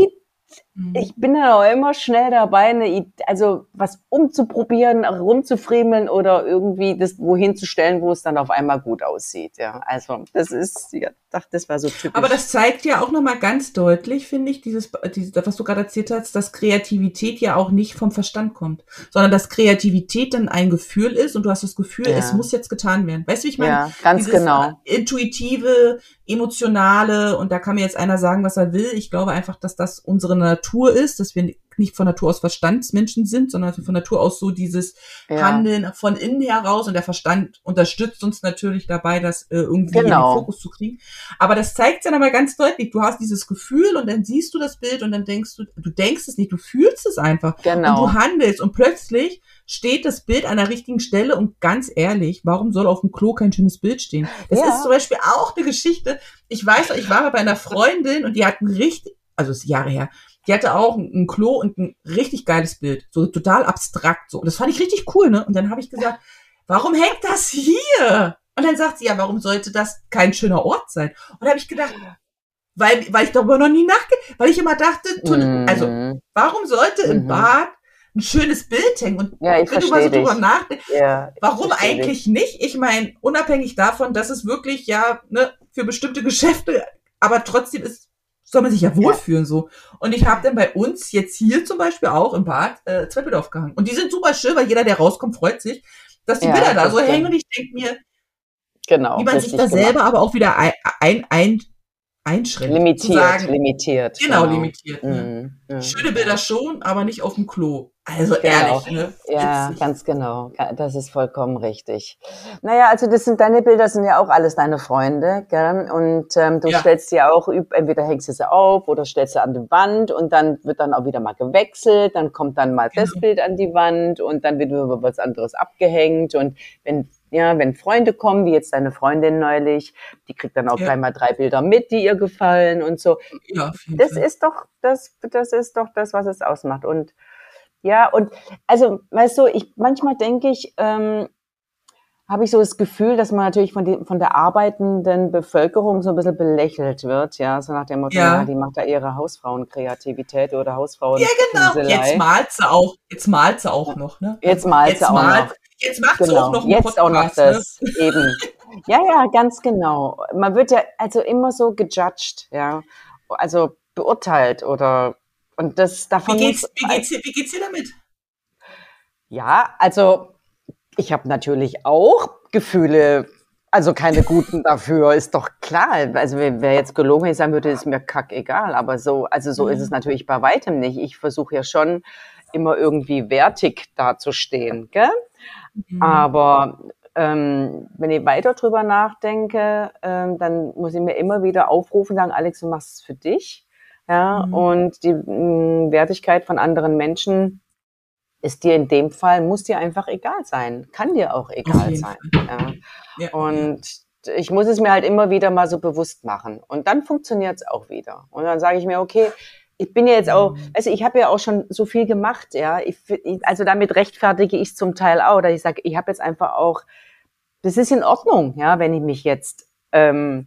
Ich bin ja auch immer schnell dabei, eine Idee, also was umzuprobieren, rumzufriemeln oder irgendwie das wohin zu stellen, wo es dann auf einmal gut aussieht. Ja, also das ist, ja, dachte, das war so typisch. Aber das zeigt ja auch nochmal ganz deutlich, finde ich, dieses, dieses, was du gerade erzählt hast, dass Kreativität ja auch nicht vom Verstand kommt, sondern dass Kreativität dann ein Gefühl ist und du hast das Gefühl, Ja. es muss jetzt getan werden. Weißt du, wie ich meine? Ja, ganz dieses genau. intuitive, emotionale, und da kann mir jetzt einer sagen, was er will. Ich glaube einfach, dass das unsere Natur ist, dass wir nicht von Natur aus Verstandsmenschen sind, sondern von Natur aus so dieses Ja. Handeln von innen heraus, und der Verstand unterstützt uns natürlich dabei, das äh, irgendwie in Genau. den Fokus zu kriegen. Aber das zeigt dann aber ganz deutlich, du hast dieses Gefühl und dann siehst du das Bild und dann denkst du, du denkst es nicht, du fühlst es einfach. Genau. Und du handelst und plötzlich steht das Bild an der richtigen Stelle, und ganz ehrlich, warum soll auf dem Klo kein schönes Bild stehen? Das Ja. ist zum Beispiel auch eine Geschichte. Ich weiß noch, ich war mal bei einer Freundin und die hatten richtig, also das ist Jahre her, die hatte auch ein, ein Klo und ein richtig geiles Bild, so total abstrakt so. Und das fand ich richtig cool, ne? Und dann habe ich gesagt, warum hängt das hier? Und dann sagt sie, ja, warum sollte das kein schöner Ort sein? Und da habe ich gedacht, weil, weil ich darüber noch nie nachgedacht, weil ich immer dachte, Mhm. also warum sollte im Mhm. Bad ein schönes Bild hängen? Und Ja, ich wenn du mal so verstehe drüber dich. nachdenkst, Ja, ich warum verstehe eigentlich nicht? Ich meine, unabhängig davon, dass es wirklich ja ne, für bestimmte Geschäfte, aber trotzdem ist, soll man sich ja wohlfühlen so. Und ich habe dann bei uns jetzt hier zum Beispiel auch im Bad äh, zwei Bilder aufgehangen. Und die sind super schön, weil jeder, der rauskommt, freut sich, dass die Ja, Bilder da das so stimmt. hängen. Und ich denke mir, Genau. wie man sich richtig da gemacht. selber aber auch wieder ein, ein, ein, einschränkt. Zu Limitiert, sagen, limitiert. genau, limitiert. Ne? Mhm. Mhm. Schöne Bilder schon, aber nicht auf dem Klo. Also Genau. ehrlich, ne? Ja, Witzig. ganz genau. Das ist vollkommen richtig. Naja, also das sind deine Bilder, sind ja auch alles deine Freunde, gell? Und ähm, du Ja. stellst sie ja auch, üb- entweder hängst du sie auf oder stellst sie an die Wand und dann wird dann auch wieder mal gewechselt, dann kommt dann mal das Genau. Bild an die Wand und dann wird über was anderes abgehängt und wenn ja, wenn Freunde kommen, wie jetzt deine Freundin neulich, die kriegt dann auch Ja. gleich mal drei Bilder mit, die ihr gefallen und so. Ja, auf jeden Das Fall. ist doch das, das ist doch das, was es ausmacht. Und ja, und also, weißt du, ich manchmal denke ich, ähm, habe ich so das Gefühl, dass man natürlich von, die, von der arbeitenden Bevölkerung so ein bisschen belächelt wird, ja, so nach dem Motto, Ja. ja, die macht da ihre Hausfrauenkreativität oder Hausfrauen. Ja, genau. Jetzt malt sie auch, jetzt malt sie auch noch, ne? Jetzt malt jetzt sie auch malt, noch. Jetzt macht sie Genau, auch noch einen jetzt auch noch Podcast, das, eben. Ja, ja, ganz genau. Man wird ja also immer so gejudged, ja, also beurteilt oder, und das ne? davon Wie geht's, muss, wie geht's dir, wie geht's dir damit? ja, also ich habe natürlich auch Gefühle, also keine guten dafür, ist doch klar. Also wer jetzt gelogen hätte, sagen würde, ist mir kackegal. Aber so, also so Mhm. ist es natürlich bei weitem nicht. Ich versuche ja schon immer irgendwie wertig dazustehen, gell? Mhm. Aber ähm, wenn ich weiter drüber nachdenke, ähm, dann muss ich mir immer wieder aufrufen, sagen, Alex, du machst es für dich. Ja, Mhm. und die mh, Wertigkeit von anderen Menschen ist dir in dem Fall, muss dir einfach egal sein. Kann dir auch Auf egal jeden sein. Fall. Ja. Ja, ja. Und ich muss es mir halt immer wieder mal so bewusst machen. Und dann funktioniert es auch wieder. Und dann sage ich mir, okay, ich bin ja jetzt auch, Mhm. also ich habe ja auch schon so viel gemacht, ja. Ich, ich, also damit rechtfertige ich es zum Teil auch, dass ich sage, ich habe jetzt einfach auch, das ist in Ordnung, ja, wenn ich mich jetzt, ähm,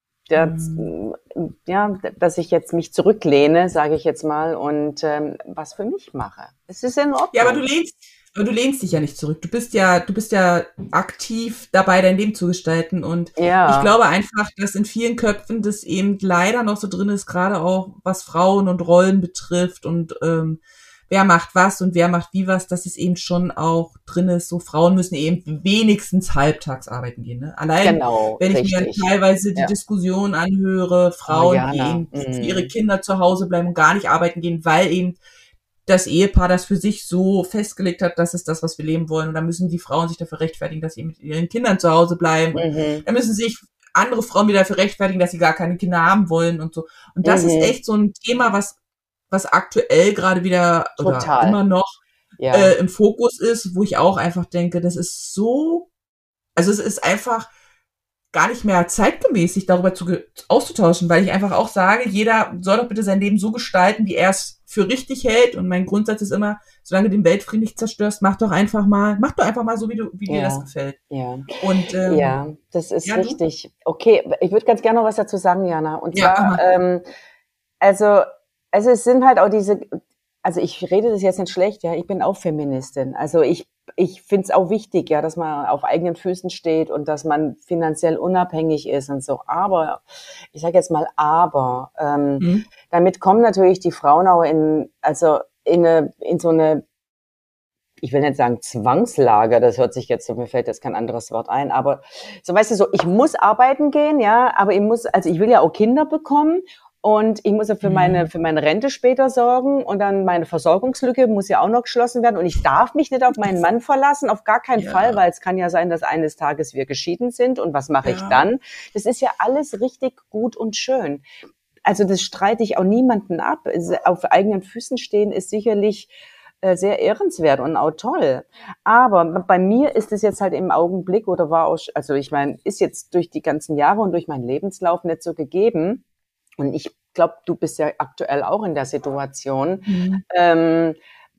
das, Mhm. ja, dass ich jetzt mich zurücklehne, sage ich jetzt mal, und ähm, was für mich mache. Es ist in Ordnung. Ja, aber du lehnst, aber du lehnst dich ja nicht zurück. Du bist ja, du bist ja aktiv dabei, dein Leben zu gestalten. Und Ja. ich glaube einfach, dass in vielen Köpfen das eben leider noch so drin ist, gerade auch was Frauen und Rollen betrifft und ähm, wer macht was und wer macht wie was, dass es eben schon auch drin ist, so Frauen müssen eben wenigstens halbtags arbeiten gehen. Ne? Allein, Genau, wenn ich richtig. mir teilweise die Ja. Diskussion anhöre, Frauen, Oh, die Jana. eben für ihre Mm. Kinder zu Hause bleiben und gar nicht arbeiten gehen, weil eben das Ehepaar das für sich so festgelegt hat, das ist das, was wir leben wollen. Und dann müssen die Frauen sich dafür rechtfertigen, dass sie mit ihren Kindern zu Hause bleiben. Und Mhm. dann müssen sich andere Frauen wieder dafür rechtfertigen, dass sie gar keine Kinder haben wollen und so. Und das Mhm. ist echt so ein Thema, was, was aktuell gerade wieder oder Total. immer noch Ja. äh, im Fokus ist, wo ich auch einfach denke, das ist so, also es ist einfach gar nicht mehr zeitgemäß, sich darüber zu, ge- auszutauschen, weil ich einfach auch sage, jeder soll doch bitte sein Leben so gestalten, wie er es für richtig hält. Und mein Grundsatz ist immer, solange du den Weltfrieden nicht zerstörst, mach doch einfach mal, mach doch einfach mal so, wie du, wie dir Ja. das gefällt. Ja. Und ähm, Ja, das ist ja, du? richtig. Okay, ich würde ganz gerne noch was dazu sagen, Jana. Und Ja, zwar, aha. ähm, also Also es sind halt auch diese, also ich rede das jetzt nicht schlecht, ja, ich bin auch Feministin. Also ich, ich finde es auch wichtig, ja, dass man auf eigenen Füßen steht und dass man finanziell unabhängig ist und so. Aber, ich sage jetzt mal aber, ähm, Hm? damit kommen natürlich die Frauen auch in, also in, eine, in so eine, ich will nicht sagen Zwangslager, das hört sich jetzt so, mir fällt jetzt kein anderes Wort ein, aber so, weißt du, so, ich muss arbeiten gehen, ja, aber ich muss, also ich will ja auch Kinder bekommen und ich muss ja für meine, für meine Rente später sorgen und dann meine Versorgungslücke muss ja auch noch geschlossen werden und ich darf mich nicht auf meinen Mann verlassen, auf gar keinen Ja. Fall, weil es kann ja sein, dass eines Tages wir geschieden sind und was mache Ja. ich dann? Das ist ja alles richtig gut und schön. Also das streite ich auch niemanden ab. Auf eigenen Füßen stehen ist sicherlich sehr ehrenswert und auch toll. Aber bei mir ist es jetzt halt im Augenblick oder war auch, also ich meine, ist jetzt durch die ganzen Jahre und durch meinen Lebenslauf nicht so gegeben. Und ich glaube, du bist ja aktuell auch in der Situation. Mhm. Ähm,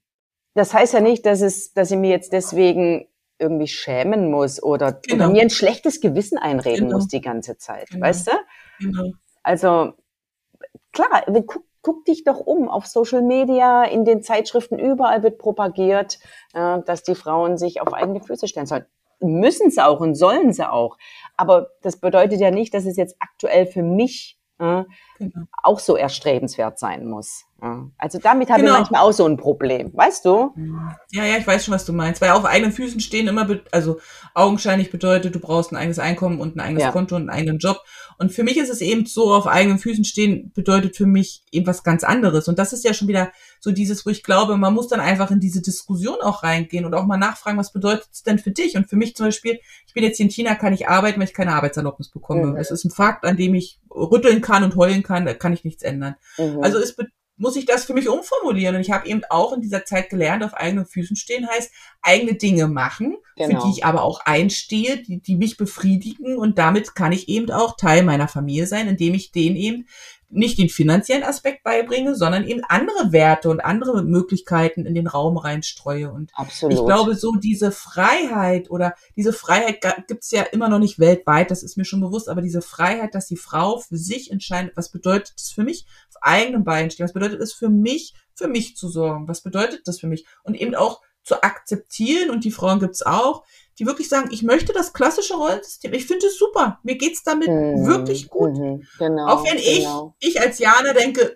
das heißt ja nicht, dass es, dass ich mir jetzt deswegen irgendwie schämen muss oder, Genau. oder mir ein schlechtes Gewissen einreden Genau. muss die ganze Zeit, Genau. weißt du? Genau. Also klar, guck, guck dich doch um auf Social Media, in den Zeitschriften, überall wird propagiert, äh, dass die Frauen sich auf eigene Füße stellen sollen. Müssen sie auch und sollen sie auch. Aber das bedeutet ja nicht, dass es jetzt aktuell für mich äh, Genau. auch so erstrebenswert sein muss. Ja. Also damit habe Genau. ich manchmal auch so ein Problem, weißt du? Ja, ja, ich weiß schon, was du meinst. Weil auf eigenen Füßen stehen immer, be- also augenscheinlich bedeutet, du brauchst ein eigenes Einkommen und ein eigenes Ja. Konto und einen eigenen Job. Und für mich ist es eben so, auf eigenen Füßen stehen bedeutet für mich eben was ganz anderes. Und das ist ja schon wieder so dieses, wo ich glaube, man muss dann einfach in diese Diskussion auch reingehen und auch mal nachfragen, was bedeutet es denn für dich? Und für mich zum Beispiel, ich bin jetzt hier in China, kann ich arbeiten, wenn ich keine Arbeitserlaubnis bekomme. Mhm. Das ist ein Fakt, an dem ich rütteln kann und heulen kann, da kann ich nichts ändern. Mhm. Also es be- muss ich das für mich umformulieren. Und ich habe eben auch in dieser Zeit gelernt, auf eigenen Füßen stehen heißt, eigene Dinge machen, Genau. für die ich aber auch einstehe, die, die mich befriedigen. Und damit kann ich eben auch Teil meiner Familie sein, indem ich denen eben nicht den finanziellen Aspekt beibringe, sondern eben andere Werte und andere Möglichkeiten in den Raum reinstreue. Und Absolut. ich glaube, so diese Freiheit oder diese Freiheit ga- gibt's ja immer noch nicht weltweit, das ist mir schon bewusst, aber diese Freiheit, dass die Frau für sich entscheidet, was bedeutet es für mich, auf eigenen Beinen stehen, was bedeutet es für mich, für mich zu sorgen, was bedeutet das für mich und eben auch zu akzeptieren, und die Frauen gibt's auch, die wirklich sagen, ich möchte das klassische Rollensystem, ich finde es super, mir geht's damit Mhm. wirklich gut. Mhm. Genau. Auch wenn ich, genau. ich als Jana denke,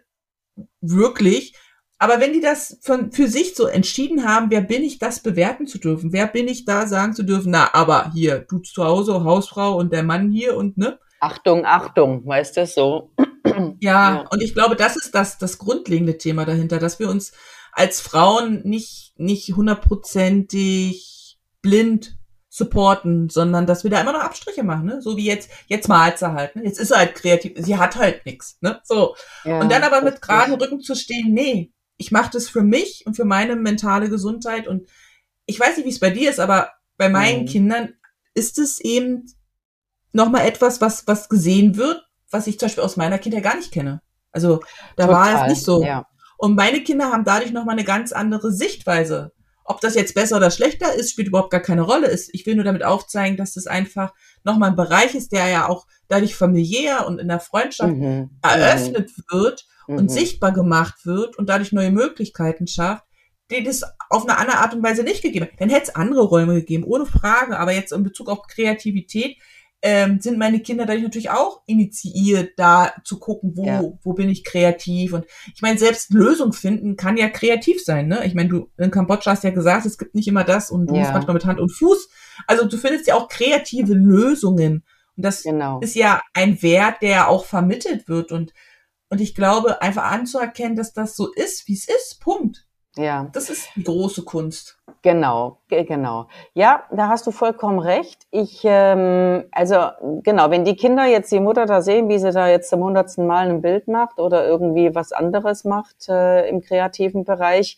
wirklich, aber wenn die das von, für sich so entschieden haben, wer bin ich, das bewerten zu dürfen, wer bin ich da, sagen zu dürfen, na, aber hier, du zu Hause, Hausfrau und der Mann hier und ne? Achtung, Achtung, weißt du, so. Ja, Ja. und ich glaube, das ist das, das grundlegende Thema dahinter, dass wir uns als Frauen nicht, nicht hundertprozentig blind supporten, sondern dass wir da immer noch Abstriche machen, ne? So wie jetzt, jetzt malt sie halt, ne? Jetzt ist sie halt kreativ, sie hat halt nichts, ne? So. Ja, Und dann aber mit richtig. geraden Rücken zu stehen, nee, ich mache das für mich und für meine mentale Gesundheit. Und ich weiß nicht, wie es bei dir ist, aber bei meinen Mhm. Kindern ist es eben nochmal etwas, was, was gesehen wird, was ich zum Beispiel aus meiner Kindheit gar nicht kenne. Also da war es Total, nicht so. ja. Und meine Kinder haben dadurch nochmal eine ganz andere Sichtweise. Ob das jetzt besser oder schlechter ist, spielt überhaupt gar keine Rolle. Ich will nur damit aufzeigen, dass das einfach nochmal ein Bereich ist, der ja auch dadurch familiär und in der Freundschaft Mhm. eröffnet wird Mhm. und sichtbar gemacht wird und dadurch neue Möglichkeiten schafft, die das auf eine andere Art und Weise nicht gegeben hat. Dann hätte es andere Räume gegeben, ohne Frage. Aber jetzt in Bezug auf Kreativität ähm, sind meine Kinder dadurch natürlich auch initiiert, da zu gucken, wo, Ja. wo bin ich kreativ. Und ich meine, selbst Lösung finden kann ja kreativ sein, ne? Ich meine, du in Kambodscha hast ja gesagt, es gibt nicht immer das und du Ja. musst manchmal mit Hand und Fuß. Also du findest ja auch kreative Lösungen. Und das Genau. ist ja ein Wert, der auch vermittelt wird. Und, und ich glaube, einfach anzuerkennen, dass das so ist, wie es ist. Punkt. Ja, Das ist die große Kunst. genau, ge- genau. Ja, da hast du vollkommen recht. Ich, ähm, also genau, wenn die Kinder jetzt die Mutter da sehen, wie sie da jetzt zum hundertsten Mal ein Bild macht oder irgendwie was anderes macht äh, im kreativen Bereich,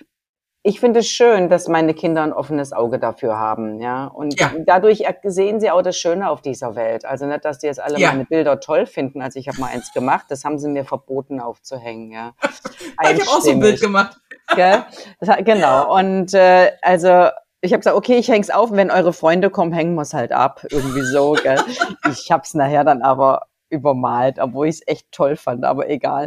ich finde es schön, dass meine Kinder ein offenes Auge dafür haben, ja. Und Ja. dadurch er- sehen sie auch das Schöne auf dieser Welt. Also nicht, dass die jetzt alle Ja. meine Bilder toll finden. Also ich habe mal eins gemacht, das haben sie mir verboten aufzuhängen, ja. Ich habe auch so ein Bild Einstimmig. gemacht. Gell? Das, hat- genau. Und äh, also ich habe gesagt, okay, ich häng's auf, und wenn eure Freunde kommen, hängen wir's halt ab. Irgendwie so, gell? Ich hab's nachher dann aber übermalt, obwohl ich es echt toll fand, aber egal.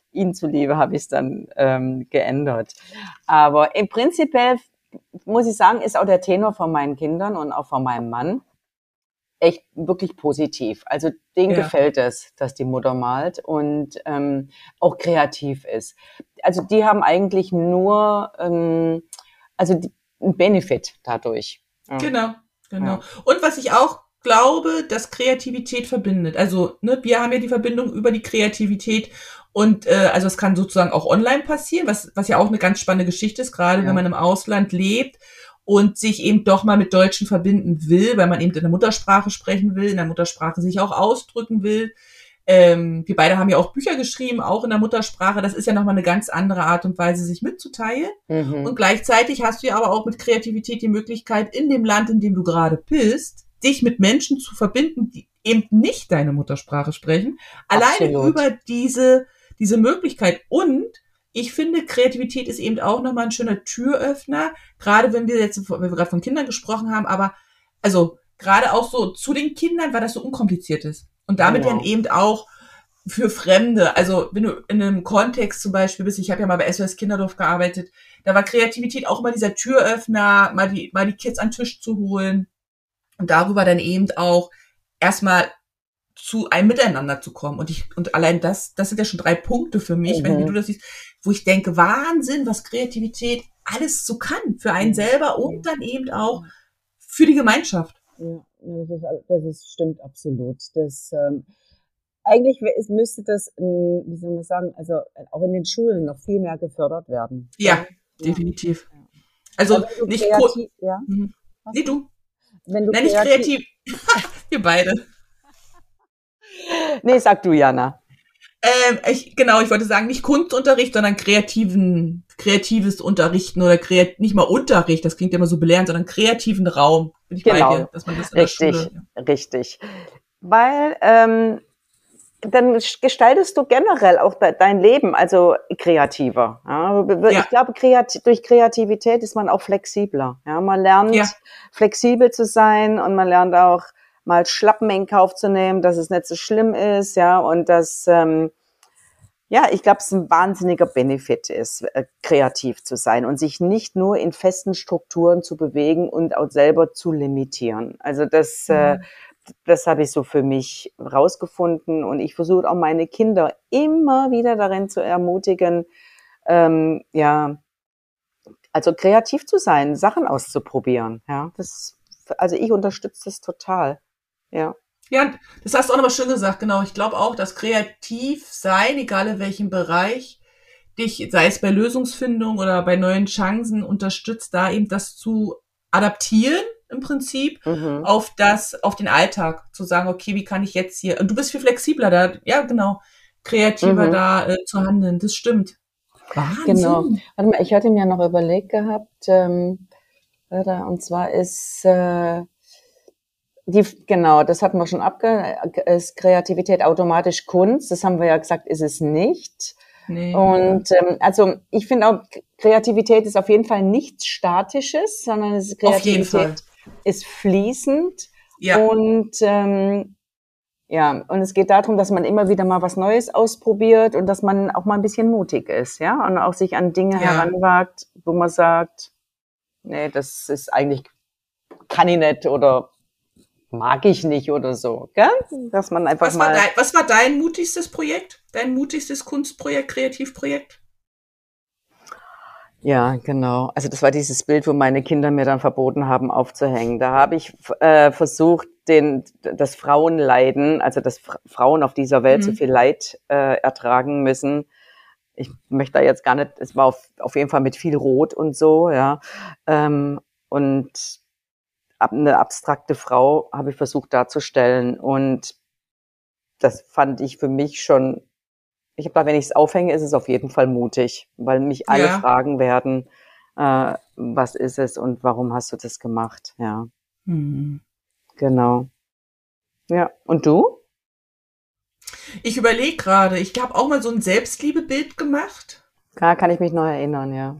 Ihnen zuliebe habe ich es dann ähm, geändert. Aber im Prinzip muss ich sagen, ist auch der Tenor von meinen Kindern und auch von meinem Mann echt wirklich positiv. Also denen Ja. gefällt es, dass die Mutter malt und ähm, auch kreativ ist. Also die haben eigentlich nur ähm, also die, einen Benefit dadurch. Ja. Genau, genau. Ja. Und was ich auch glaube, dass Kreativität verbindet. Also ne, wir haben ja die Verbindung über die Kreativität und äh, also es kann sozusagen auch online passieren, was was ja auch eine ganz spannende Geschichte ist, gerade Ja. wenn man im Ausland lebt und sich eben doch mal mit Deutschen verbinden will, weil man eben in der Muttersprache sprechen will, in der Muttersprache sich auch ausdrücken will. Ähm, wir beide haben ja auch Bücher geschrieben, auch in der Muttersprache. Das ist ja nochmal eine ganz andere Art und Weise, sich mitzuteilen. Mhm. Und gleichzeitig hast du ja aber auch mit Kreativität die Möglichkeit, in dem Land, in dem du gerade bist, dich mit Menschen zu verbinden, die eben nicht deine Muttersprache sprechen. Alleine Absolut. über diese, diese Möglichkeit. Und ich finde, Kreativität ist eben auch nochmal ein schöner Türöffner, gerade wenn wir jetzt, wenn wir gerade von Kindern gesprochen haben, aber also gerade auch so zu den Kindern, weil das so unkompliziert ist. Und damit Genau. dann eben auch für Fremde, also wenn du in einem Kontext zum Beispiel bist, ich habe ja mal bei S O S Kinderdorf gearbeitet, da war Kreativität auch immer dieser Türöffner, mal die, mal die Kids an den Tisch zu holen und darüber dann eben auch erstmal zu einem Miteinander zu kommen. Und ich, und allein das, das sind ja schon drei Punkte für mich, Mhm. wenn wie du das siehst, wo ich denke, Wahnsinn, was Kreativität alles so kann für einen Ja. selber und dann eben auch für die Gemeinschaft. Ja, das ist, das ist stimmt absolut. Das ähm, eigentlich es müsste das, wie soll man sagen, also auch in den Schulen noch viel mehr gefördert werden. Ja, Ja. definitiv. Ja. Also Aber wenn du nicht kreativ, ko- ja. Mhm. Was? Nee, du. Wenn du Nein, nicht kreativ, kreativ. Wir beide. nee, sag du, Jana. Ähm, ich, genau, ich wollte sagen, nicht Kunstunterricht, sondern kreativen, kreatives Unterrichten oder kreat, nicht mal Unterricht, das klingt ja immer so belehrend, sondern kreativen Raum. Bin ich Genau. bei dir, dass man das in Richtig, der Schule. Ja. richtig. Weil ähm, dann gestaltest du generell auch de- dein Leben, also kreativer. Ja? Ich Ja. glaube, kreat- durch Kreativität ist man auch flexibler. Ja? Man lernt Ja. flexibel zu sein und man lernt auch mal Schlappen in Kauf zu nehmen, dass es nicht so schlimm ist, ja, und dass, ähm, ja, ich glaube, es ein wahnsinniger Benefit ist, äh, kreativ zu sein und sich nicht nur in festen Strukturen zu bewegen und auch selber zu limitieren. Also das, Mhm. äh, das habe ich so für mich rausgefunden und ich versuche auch meine Kinder immer wieder darin zu ermutigen, ähm, ja, also kreativ zu sein, Sachen auszuprobieren. Ja, das, also ich unterstütze das total. Ja. Ja, das hast du auch nochmal schön gesagt, genau. Ich glaube auch, dass kreativ sein, egal in welchem Bereich, dich, sei es bei Lösungsfindung oder bei neuen Chancen, unterstützt, da eben das zu adaptieren im Prinzip Mhm. auf das, auf den Alltag, zu sagen, okay, wie kann ich jetzt hier, und du bist viel flexibler da, ja, genau, kreativer Mhm. da äh, zu handeln, das stimmt. Wahnsinn. Genau. Warte mal, ich hatte mir noch überlegt gehabt, ähm, warte, und zwar ist äh, die, genau, das hatten wir schon abge, ist Kreativität automatisch Kunst? Das haben wir ja gesagt, ist es nicht. Nee. Und ähm, also ich finde auch, Kreativität ist auf jeden Fall nichts Statisches, sondern es ist, Auf jeden Fall. Kreativität ist fließend. Ja, Und ähm, ja, und es geht darum, dass man immer wieder mal was Neues ausprobiert und dass man auch mal ein bisschen mutig ist, ja, und auch sich an Dinge Ja. heranwagt, wo man sagt, nee, das ist eigentlich, kann ich nicht oder mag ich nicht oder so, gell? Dass man einfach was war, mal, dein, was war dein mutigstes Projekt? Dein mutigstes Kunstprojekt, Kreativprojekt? ja, genau. Also das war dieses Bild, wo meine Kinder mir dann verboten haben aufzuhängen. Da habe ich äh, versucht, den, das Frauenleiden, also dass Fra- Frauen auf dieser Welt so Mhm. viel Leid äh, ertragen müssen. Ich möchte da jetzt gar nicht, es war auf, auf jeden Fall mit viel Rot und so, ja. Ähm, und ab, eine abstrakte Frau habe ich versucht darzustellen. Und das fand ich für mich schon, ich habe da, wenn ich es aufhänge, ist es auf jeden Fall mutig, weil mich alle Ja. fragen werden, äh, was ist es und warum hast du das gemacht? Ja, Mhm. genau. Ja, und du? Ich überlege gerade, ich habe auch mal so ein Selbstliebebild gemacht. Ja, kann ich mich noch erinnern, ja.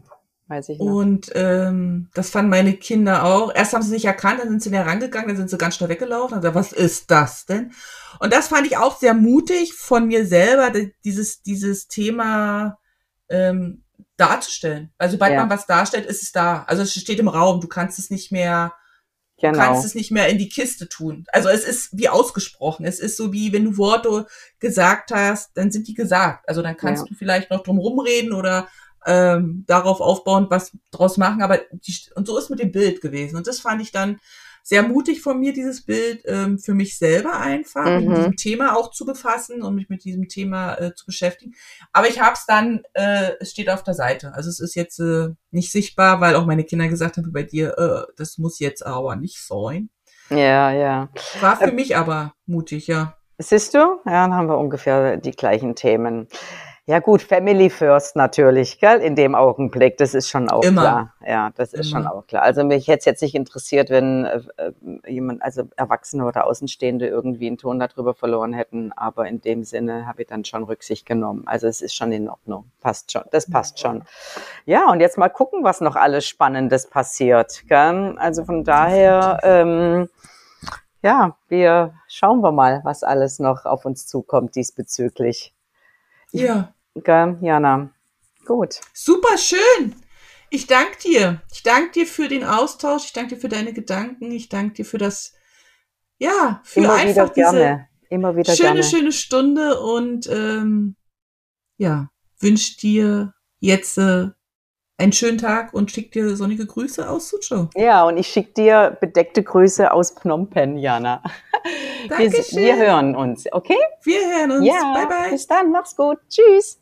weiß ich noch. Und ähm, das fanden meine Kinder auch. Erst haben sie nicht erkannt, dann sind sie näher rangegangen, dann sind sie ganz schnell weggelaufen. Und gesagt, was ist das denn? Und das fand ich auch sehr mutig von mir selber, dieses dieses Thema ähm, darzustellen. Also sobald Ja. man was darstellt, ist es da. Also es steht im Raum. Du kannst es nicht mehr, Genau. du kannst es nicht mehr in die Kiste tun. Also es ist wie ausgesprochen. Es ist so wie, wenn du Worte gesagt hast, dann sind die gesagt. Also dann kannst Ja. du vielleicht noch drum rumreden oder ähm, darauf aufbauend was draus machen. Aber die, und so ist mit dem Bild gewesen. Und das fand ich dann sehr mutig von mir, dieses Bild ähm, für mich selber einfach, mich mit Mhm. diesem Thema auch zu befassen und mich mit diesem Thema äh, zu beschäftigen. Aber ich habe es dann, äh, es steht auf der Seite. Also es ist jetzt äh, nicht sichtbar, weil auch meine Kinder gesagt haben, wie bei dir, äh, das muss jetzt aber nicht sein. Ja, ja. War für mich aber mutig, ja. Siehst du? Ja, dann haben wir ungefähr die gleichen Themen. Ja gut, Family first natürlich, gell, in dem Augenblick, das ist schon auch Immer. klar. Ja, das ist Immer. schon auch klar. Also mich hätte es jetzt nicht interessiert, wenn äh, äh, jemand, also Erwachsene oder Außenstehende irgendwie einen Ton darüber verloren hätten, aber in dem Sinne habe ich dann schon Rücksicht genommen. Also es ist schon in Ordnung, passt schon, das passt schon. Ja, und jetzt mal gucken, was noch alles Spannendes passiert, gell? Also von daher, ähm, ja, wir schauen wir mal, was alles noch auf uns zukommt diesbezüglich. Ja. Gell, Jana? Gut. Super schön. Ich danke dir. Ich danke dir für den Austausch. Ich danke dir für deine Gedanken. Ich danke dir für das, ja, für Immer einfach wieder gerne. Immer wieder schöne, gerne. schöne Stunde und ähm, ja, wünsche dir jetzt äh, einen schönen Tag und schick dir sonnige Grüße aus Suzhou. Ja, und ich schicke dir bedeckte Grüße aus Phnom Penh, Jana. Wir, Dankeschön. wir hören uns, okay? Wir hören uns. Ja, Bye, bye. bis dann, mach's gut. Tschüss.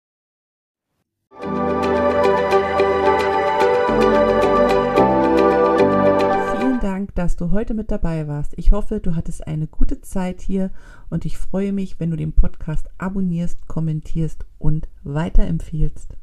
Vielen Dank, dass du heute mit dabei warst. Ich hoffe, du hattest eine gute Zeit hier und ich freue mich, wenn du den Podcast abonnierst, kommentierst und weiterempfiehlst.